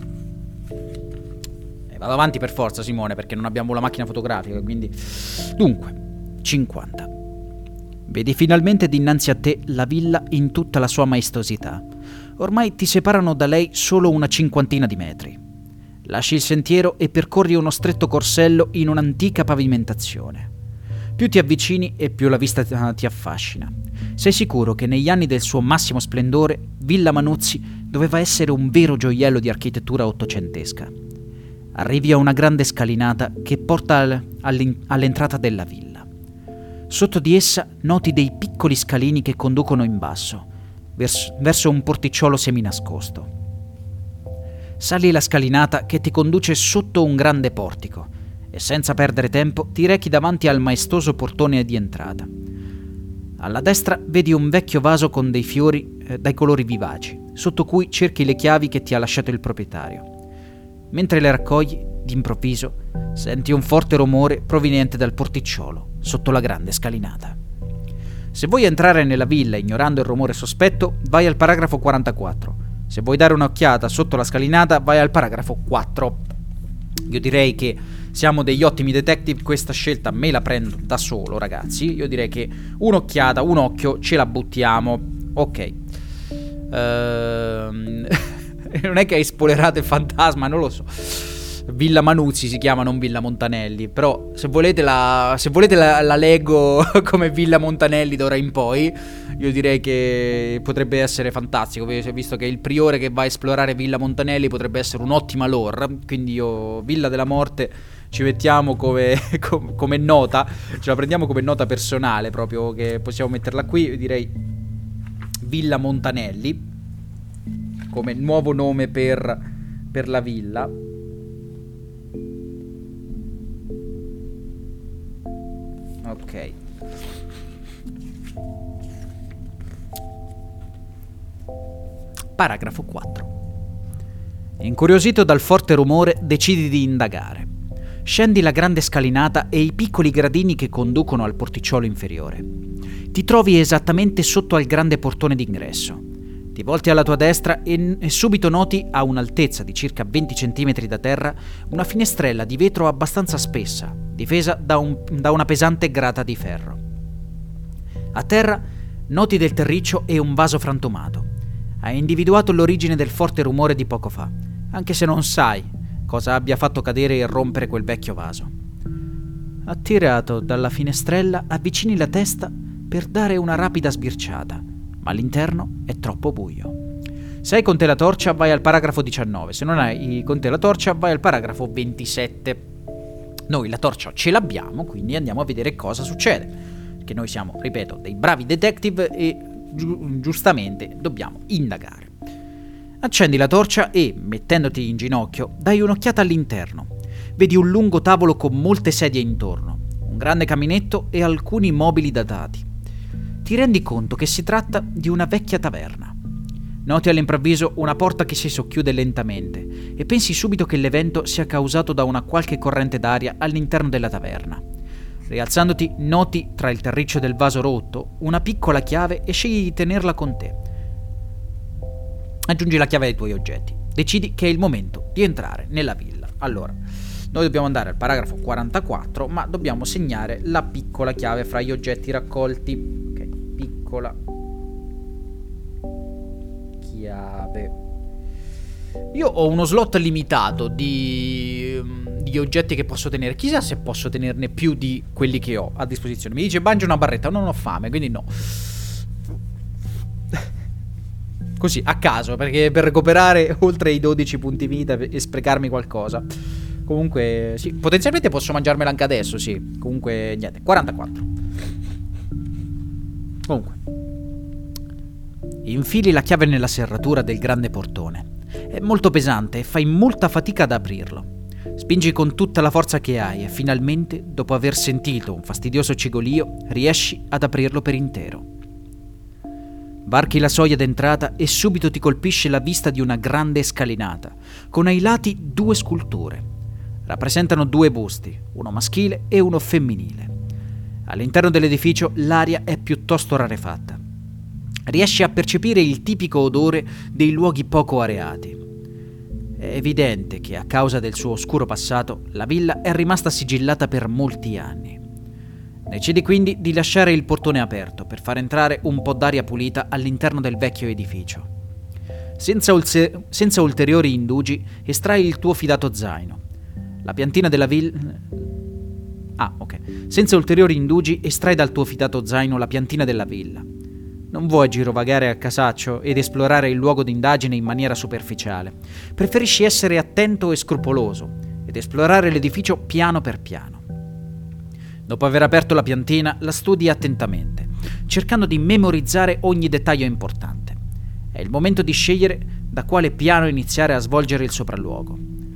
E vado avanti per forza, Simone, perché non abbiamo la macchina fotografica, quindi... Dunque, cinquanta. Vedi finalmente dinanzi a te la villa in tutta la sua maestosità. Ormai ti separano da lei solo una cinquantina di metri. Lasci il sentiero e percorri uno stretto corsello in un'antica pavimentazione. Più ti avvicini e più la vista ti affascina. Sei sicuro che negli anni del suo massimo splendore Villa Manuzzi doveva essere un vero gioiello di architettura ottocentesca. Arrivi a una grande scalinata che porta all'entrata della villa. Sotto di essa noti dei piccoli scalini che conducono in basso, verso, verso un porticciolo seminascosto. Sali la scalinata che ti conduce sotto un grande portico e senza perdere tempo ti rechi davanti al maestoso portone di entrata. Alla destra vedi un vecchio vaso con dei fiori eh, dai colori vivaci, sotto cui cerchi le chiavi che ti ha lasciato il proprietario. Mentre le raccogli, d'improvviso, senti un forte rumore proveniente dal porticciolo, sotto la grande scalinata. Se vuoi entrare nella villa ignorando il rumore sospetto, vai al paragrafo quarantaquattro. Se vuoi dare un'occhiata sotto la scalinata, vai al paragrafo quattro. Io direi che siamo degli ottimi detective, questa scelta me la prendo da solo, ragazzi. Io direi che un'occhiata, un occhio, ce la buttiamo. Ok. Ehm... non è che hai spoilerato il fantasma, non lo so. Villa Manuzzi si chiama, non Villa Montanelli. Però se volete la, se volete la, la leggo come Villa Montanelli d'ora in poi. Io direi che potrebbe essere fantastico, visto che il priore che va a esplorare Villa Montanelli potrebbe essere un'ottima lore. Quindi io, Villa della Morte, ci mettiamo come, come, come nota, ce la prendiamo come nota personale, proprio, che possiamo metterla qui. Io direi Villa Montanelli come nuovo nome per, per la villa. Ok. Paragrafo quattro. Incuriosito dal forte rumore, decidi di indagare. Scendi la grande scalinata e i piccoli gradini che conducono al porticciolo inferiore. Ti trovi esattamente sotto al grande portone d'ingresso. Ti volti alla tua destra e, e subito noti, a un'altezza di circa venti centimetri da terra, una finestrella di vetro abbastanza spessa, difesa da, un, da una pesante grata di ferro. A terra noti del terriccio e un vaso frantumato. Hai individuato l'origine del forte rumore di poco fa, anche se non sai cosa abbia fatto cadere e rompere quel vecchio vaso. Attirato dalla finestrella, avvicini la testa per dare una rapida sbirciata, ma all'interno è troppo buio. Se hai con te la torcia, vai al paragrafo diciannove. Se non hai con te la torcia, vai al paragrafo ventisette. Noi la torcia ce l'abbiamo, quindi andiamo a vedere cosa succede. Perché noi siamo, ripeto, dei bravi detective e giu- giustamente dobbiamo indagare. Accendi la torcia e, mettendoti in ginocchio, dai un'occhiata all'interno. Vedi un lungo tavolo con molte sedie intorno, un grande caminetto e alcuni mobili datati. Ti rendi conto che si tratta di una vecchia taverna. Noti all'improvviso una porta che si socchiude lentamente e pensi subito che l'evento sia causato da una qualche corrente d'aria all'interno della taverna. Rialzandoti, noti tra il terriccio del vaso rotto una piccola chiave e scegli di tenerla con te. Aggiungi la chiave ai tuoi oggetti. Decidi che è il momento di entrare nella villa. Allora, noi dobbiamo andare al paragrafo quarantaquattro, ma dobbiamo segnare la piccola chiave fra gli oggetti raccolti. Ok, piccola chiave. Io ho uno slot limitato di, di oggetti che posso tenere. Chissà se posso tenerne più di quelli che ho a disposizione. Mi dice mangia una barretta, non ho fame, quindi no. Così, a caso, perché per recuperare oltre i dodici punti vita e sprecarmi qualcosa. Comunque, sì, potenzialmente posso mangiarmela anche adesso, sì. Comunque, niente, quarantaquattro. Comunque. Infili la chiave nella serratura del grande portone. È molto pesante e fai molta fatica ad aprirlo. Spingi con tutta la forza che hai e finalmente, dopo aver sentito un fastidioso cigolio, riesci ad aprirlo per intero. Varchi la soglia d'entrata e subito ti colpisce la vista di una grande scalinata, con ai lati due sculture. Rappresentano due busti, uno maschile e uno femminile. All'interno dell'edificio l'aria è piuttosto rarefatta. Riesci a percepire il tipico odore dei luoghi poco areati. È evidente che a causa del suo oscuro passato la villa è rimasta sigillata per molti anni. Decidi quindi di lasciare il portone aperto per far entrare un po' d'aria pulita all'interno del vecchio edificio. Senza, ulse- senza ulteriori indugi, estrai il tuo fidato zaino. La piantina della villa... Ah, ok. Senza ulteriori indugi, estrai dal tuo fidato zaino la piantina della villa. Non vuoi girovagare a casaccio ed esplorare il luogo d'indagine in maniera superficiale. Preferisci essere attento e scrupoloso ed esplorare l'edificio piano per piano. Dopo aver aperto la piantina, la studi attentamente, cercando di memorizzare ogni dettaglio importante. È il momento di scegliere da quale piano iniziare a svolgere il sopralluogo.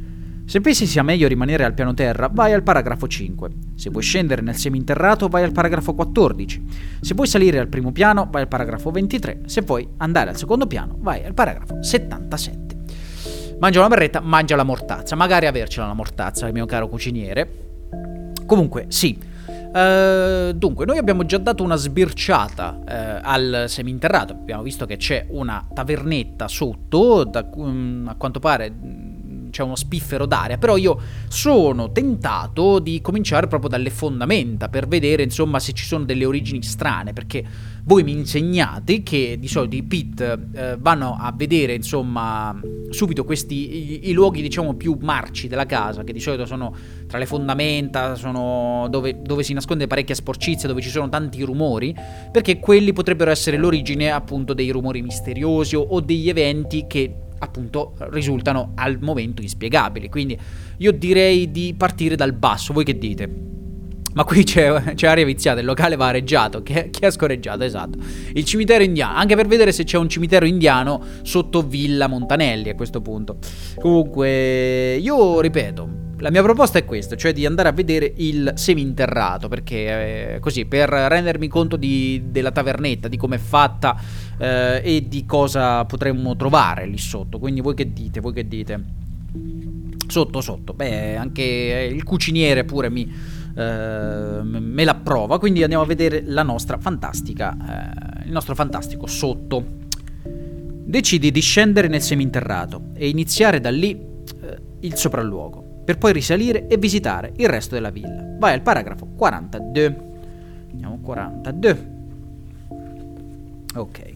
Se pensi sia meglio rimanere al piano terra, vai al paragrafo cinque. Se vuoi scendere nel seminterrato, vai al paragrafo quattordici. Se vuoi salire al primo piano, vai al paragrafo ventitré. Se vuoi andare al secondo piano, vai al paragrafo settantasette. Mangia una berretta, mangia la mortazza. Magari avercela la mortazza, mio caro cuciniere. Comunque, sì. Uh, dunque, noi abbiamo già dato una sbirciata uh, al seminterrato. Abbiamo visto che c'è una tavernetta sotto, da, um, a quanto pare c'è uno spiffero d'aria, però io sono tentato di cominciare proprio dalle fondamenta per vedere insomma se ci sono delle origini strane, perché voi mi insegnate che di solito i pit eh, vanno a vedere insomma subito questi i, i luoghi diciamo più marci della casa, che di solito sono tra le fondamenta, sono dove, dove si nasconde parecchia sporcizia, dove ci sono tanti rumori, perché quelli potrebbero essere l'origine appunto dei rumori misteriosi o, o degli eventi che appunto risultano al momento inspiegabili. Quindi io direi di partire dal basso. Voi che dite? Ma qui c'è, c'è aria viziata, il locale va areggiato. Chi, chi ha scorreggiato? Esatto, il cimitero indiano, anche per vedere se c'è un cimitero indiano sotto Villa Montanelli a questo punto. Comunque io ripeto, la mia proposta è questa, cioè di andare a vedere il seminterrato, perché eh, così, per rendermi conto di, della tavernetta, di come è fatta eh, e di cosa potremmo trovare lì sotto. Quindi voi che dite, voi che dite? Sotto, sotto, beh, anche il cuciniere pure mi, eh, me l'approva, quindi andiamo a vedere la nostra fantastica, eh, il nostro fantastico sotto. Decidi di scendere nel seminterrato e iniziare da lì eh, il sopralluogo, per poi risalire e visitare il resto della villa. Vai al paragrafo quarantadue. Andiamo quarantadue. Ok.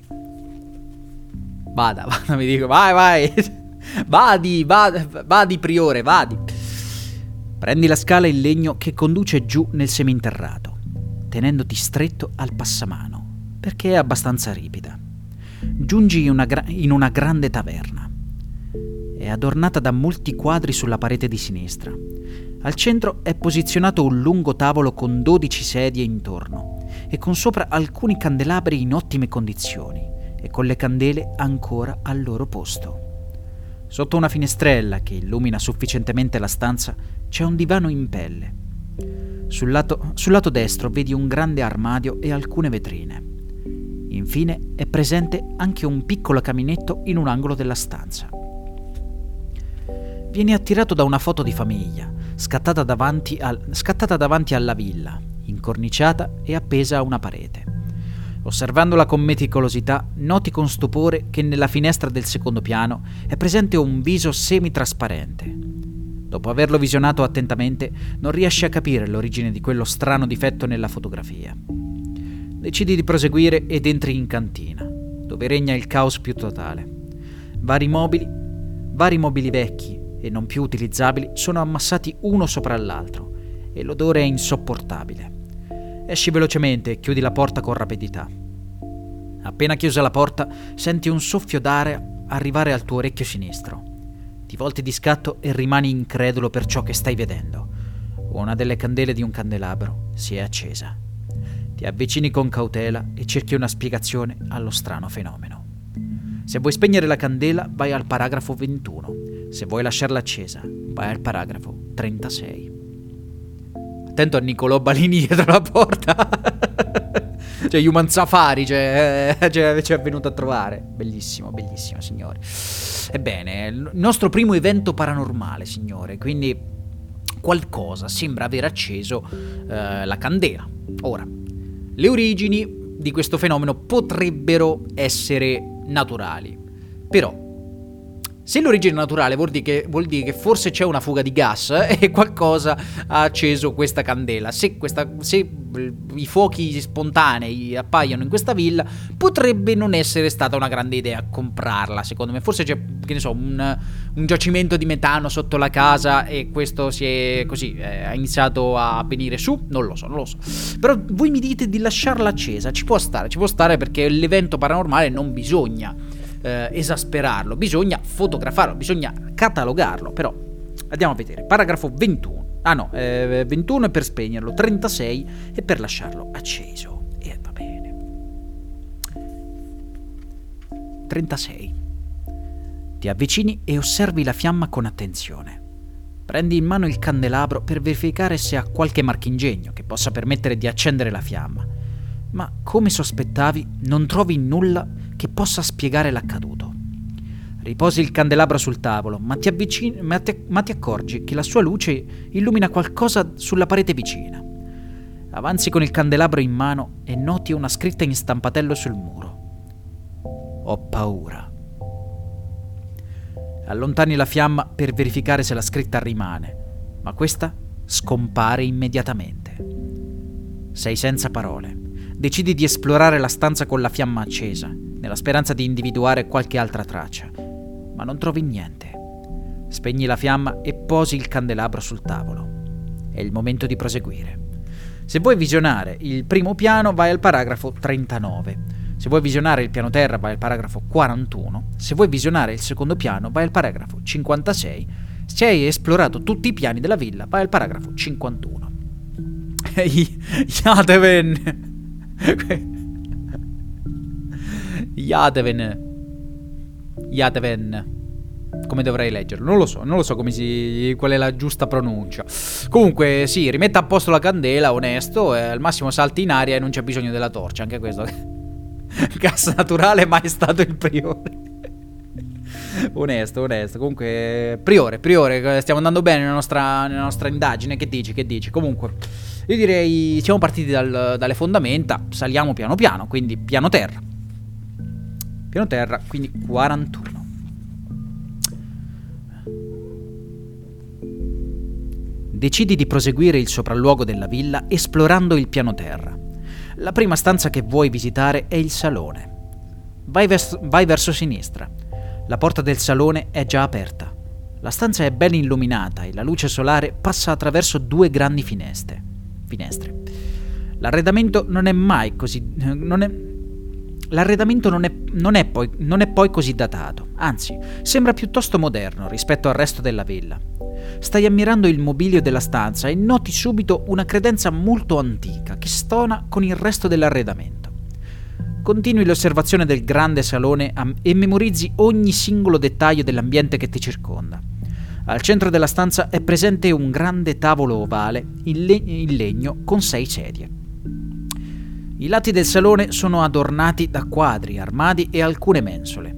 Vada, vada, mi dico, vai, vai. Vadi, vadi, vadi priore, vadi. Prendi la scala in legno che conduce giù nel seminterrato, tenendoti stretto al passamano, perché è abbastanza ripida. Giungi in una, gra- in una grande taverna. È adornata da molti quadri sulla parete di sinistra. Al centro è posizionato un lungo tavolo con dodici sedie intorno e con sopra alcuni candelabri in ottime condizioni e con le candele ancora al loro posto. Sotto una finestrella che illumina sufficientemente la stanza c'è un divano in pelle. Sul lato, sul lato destro vedi un grande armadio e alcune vetrine. Infine è presente anche un piccolo caminetto in un angolo della stanza. Vieni attirato da una foto di famiglia, scattata davanti, al, scattata davanti alla villa, incorniciata e appesa a una parete. Osservandola con meticolosità, noti con stupore che nella finestra del secondo piano è presente un viso semitrasparente. Dopo averlo visionato attentamente, non riesci a capire l'origine di quello strano difetto nella fotografia. Decidi di proseguire ed entri in cantina, dove regna il caos più totale. Vari mobili, vari mobili vecchi e non più utilizzabili sono ammassati uno sopra l'altro e l'odore è insopportabile. Esci velocemente e chiudi la porta con rapidità. Appena chiusa la porta, senti un soffio d'aria arrivare al tuo orecchio sinistro. Ti volti di scatto e rimani incredulo per ciò che stai vedendo. Una delle candele di un candelabro si è accesa. Ti avvicini con cautela e cerchi una spiegazione allo strano fenomeno. Se vuoi spegnere la candela, vai al paragrafo ventuno. Se vuoi lasciarla accesa, vai al paragrafo trentasei. Attento a Niccolò Balini dietro la porta. Cioè Human Safari, cioè, cioè, ci è venuto a trovare. Bellissimo, bellissimo, signori. Ebbene, il nostro primo evento paranormale, signore. Quindi qualcosa sembra aver acceso eh, la candela. Ora, le origini di questo fenomeno potrebbero essere naturali, però se l'origine è naturale vuol dire, che, vuol dire che forse c'è una fuga di gas e qualcosa ha acceso questa candela. Se, questa, se i fuochi spontanei appaiono in questa villa, potrebbe non essere stata una grande idea comprarla, secondo me. Forse c'è, che ne so, un, un giacimento di metano sotto la casa e questo si è così, eh, ha iniziato a venire su, non lo so, non lo so. Però voi mi dite di lasciarla accesa, ci può stare, ci può stare perché l'evento paranormale non bisogna Eh, esasperarlo, bisogna fotografarlo, bisogna catalogarlo. Però andiamo a vedere. Paragrafo ventuno. Ah no, eh, ventuno è per spegnerlo, trentasei è per lasciarlo acceso. E eh, va bene. trentasei. Ti avvicini e osservi la fiamma con attenzione. Prendi in mano il candelabro per verificare se ha qualche marchingegno che possa permettere di accendere la fiamma, ma come sospettavi non trovi nulla che possa spiegare l'accaduto. Riposi il candelabro sul tavolo, ma ti, avvicini, ma, ti, ma ti accorgi che la sua luce illumina qualcosa sulla parete vicina. Avanzi con il candelabro in mano e noti una scritta in stampatello sul muro. Ho paura. Allontani la fiamma per verificare se la scritta rimane, ma questa scompare immediatamente. Sei senza parole. Decidi di esplorare la stanza con la fiamma accesa, nella speranza di individuare qualche altra traccia, ma non trovi niente. Spegni la fiamma e posi il candelabro sul tavolo. È il momento di proseguire. Se vuoi visionare il primo piano, vai al paragrafo trentanove. Se vuoi visionare il piano terra, vai al paragrafo quarantuno. Se vuoi visionare il secondo piano, vai al paragrafo cinquantasei. Se hai esplorato tutti i piani della villa, vai al paragrafo cinquantuno. Jadeven. Jadeven. Jadeven. Come dovrei leggerlo? Non lo so, non lo so come si, qual è la giusta pronuncia. Comunque, sì, rimetta a posto la candela, onesto, e al massimo salti in aria e non c'è bisogno della torcia, anche questo. Gas naturale, mai stato il priore. Onesto, onesto. Comunque, priore, priore, stiamo andando bene nella nostra, nella nostra indagine. Che dici, che dici? Comunque, io direi, siamo partiti dal, dalle fondamenta, saliamo piano piano, quindi piano terra. Piano terra, quindi quarantuno. Decidi di proseguire il sopralluogo della villa esplorando il piano terra. La prima stanza che vuoi visitare è il salone. Vai, vers- vai verso sinistra. La porta del salone è già aperta. La stanza è ben illuminata e la luce solare passa attraverso due grandi finestre. finestre. L'arredamento non è mai così... Non è, l'arredamento non è, non, è poi, non è poi così datato, anzi, sembra piuttosto moderno rispetto al resto della villa. Stai ammirando il mobilio della stanza e noti subito una credenza molto antica che stona con il resto dell'arredamento. Continui l'osservazione del grande salone e memorizzi ogni singolo dettaglio dell'ambiente che ti circonda. Al centro della stanza è presente un grande tavolo ovale in, le- in legno con sei sedie. I lati del salone sono adornati da quadri, armadi e alcune mensole.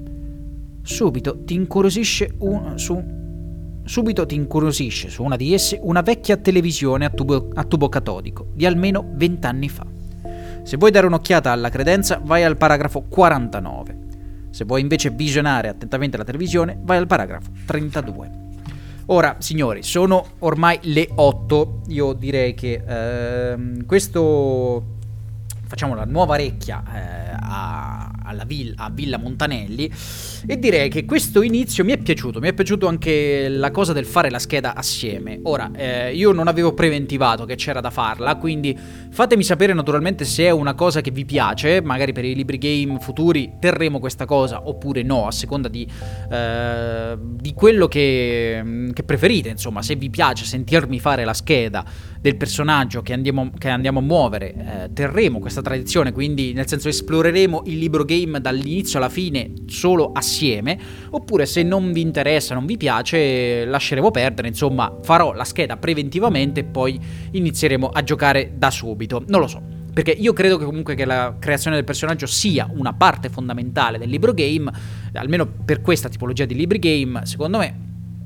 Subito ti incuriosisce un, su Subito ti incuriosisce su una di esse una vecchia televisione a tubo, a tubo catodico di almeno vent'anni fa. Se vuoi dare un'occhiata alla credenza, vai al paragrafo quarantanove. Se vuoi invece visionare attentamente la televisione, vai al paragrafo trentadue. Ora, signori, sono ormai le otto. Io direi che ehm, questo... Facciamo la nuova recchia eh, a, alla villa, a Villa Montanelli, e direi che questo inizio mi è piaciuto, mi è piaciuto anche la cosa del fare la scheda assieme. Ora, eh, io non avevo preventivato che c'era da farla, quindi fatemi sapere naturalmente se è una cosa che vi piace, magari per i libri game futuri terremo questa cosa oppure no, a seconda di, eh, di quello che, che preferite, insomma, se vi piace sentirmi fare la scheda del personaggio che andiamo, che andiamo a muovere, eh, terremo questa tradizione, quindi nel senso esploreremo il libro game dall'inizio alla fine solo assieme, oppure se non vi interessa, non vi piace, lasceremo perdere, insomma farò la scheda preventivamente e poi inizieremo a giocare da subito, non lo so, perché io credo che comunque che la creazione del personaggio sia una parte fondamentale del libro game, almeno per questa tipologia di libri game, secondo me.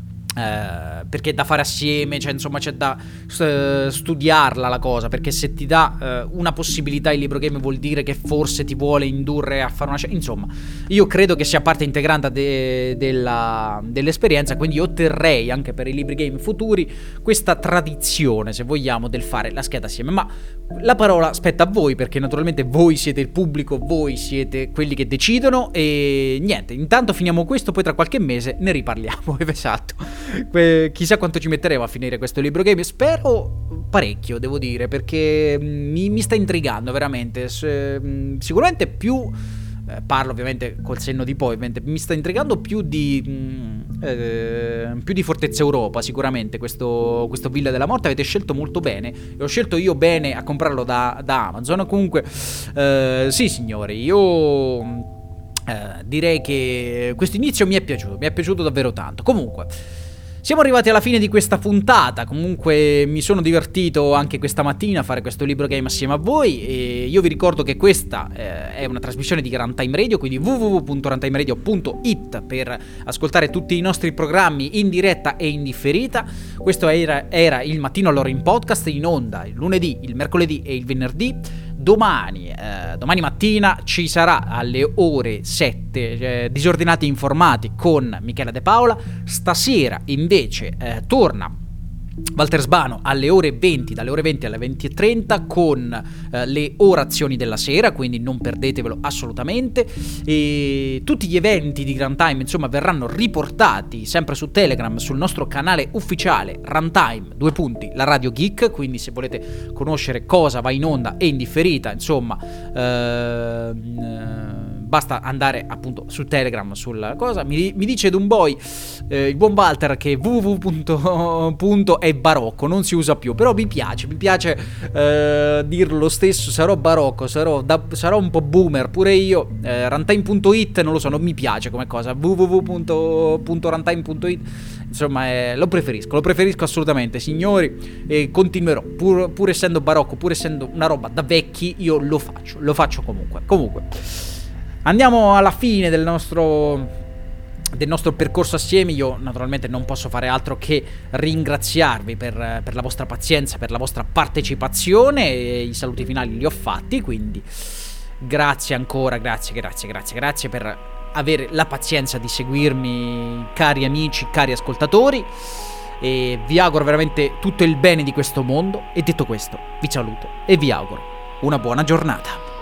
Uh, perché è da fare assieme, cioè insomma c'è da uh, studiarla la cosa, perché se ti dà uh, una possibilità il libro game vuol dire che forse ti vuole indurre a fare una scelta, insomma io credo che sia parte integrante de- della, dell'esperienza, quindi io terrei anche per i libri game futuri questa tradizione, se vogliamo, del fare la scheda assieme, ma la parola spetta a voi, perché naturalmente voi siete il pubblico, voi siete quelli che decidono, e niente, intanto finiamo questo, poi tra qualche mese ne riparliamo. Esatto. Que- chissà quanto ci metteremo a finire questo libro game, spero parecchio, devo dire, perché mi, mi sta intrigando veramente. S- sicuramente più eh, parlo ovviamente col senno di poi, ovviamente mi sta intrigando più di mh, eh, più di Fortezza Europa, sicuramente questo, questo Villa della Morte avete scelto molto bene, e ho scelto io bene a comprarlo da, da Amazon. Comunque eh, sì signori, io Uh, direi che questo inizio mi è piaciuto, mi è piaciuto davvero tanto. Comunque, Siamo arrivati alla fine di questa puntata, comunque mi sono divertito anche questa mattina a fare questo libro game assieme a voi e io vi ricordo che questa eh, è una trasmissione di Runtime Radio, quindi w w w punto runtime radio punto i t per ascoltare tutti i nostri programmi in diretta e in differita. Questo era, era il Mattino all'Ora in podcast, in onda il lunedì, il mercoledì e il venerdì. Domani, eh, domani mattina ci sarà alle ore sette eh, Disordinati Informati con Michela De Paola. Stasera invece eh, torna Walter Sbano alle ore venti, dalle ore venti alle venti e trenta con eh, le orazioni della sera, quindi non perdetevelo assolutamente. E tutti gli eventi di Runtime insomma verranno riportati sempre su Telegram, sul nostro canale ufficiale Runtime, due punti, la Radio Geek, quindi se volete conoscere cosa va in onda e in differita insomma ehm, basta andare appunto su Telegram, sulla cosa. Mi, mi dice Dunboy, eh, il buon Walter, che www. è barocco, non si usa più, però mi piace, mi piace eh, dirlo lo stesso, sarò barocco, sarò, da, sarò un po' boomer pure io. eh, runtime punto i t non lo so, non mi piace come cosa, www punto runtime punto i t insomma eh, lo preferisco, lo preferisco assolutamente, signori, e continuerò, pur, pur essendo barocco, pur essendo una roba da vecchi, io lo faccio, lo faccio comunque. Comunque andiamo alla fine del nostro del nostro percorso assieme. Io naturalmente non posso fare altro che ringraziarvi per, per la vostra pazienza, per la vostra partecipazione, e i saluti finali li ho fatti, quindi grazie ancora, grazie, grazie, grazie, grazie per avere la pazienza di seguirmi, cari amici, cari ascoltatori, e vi auguro veramente tutto il bene di questo mondo. E detto questo, vi saluto e vi auguro una buona giornata.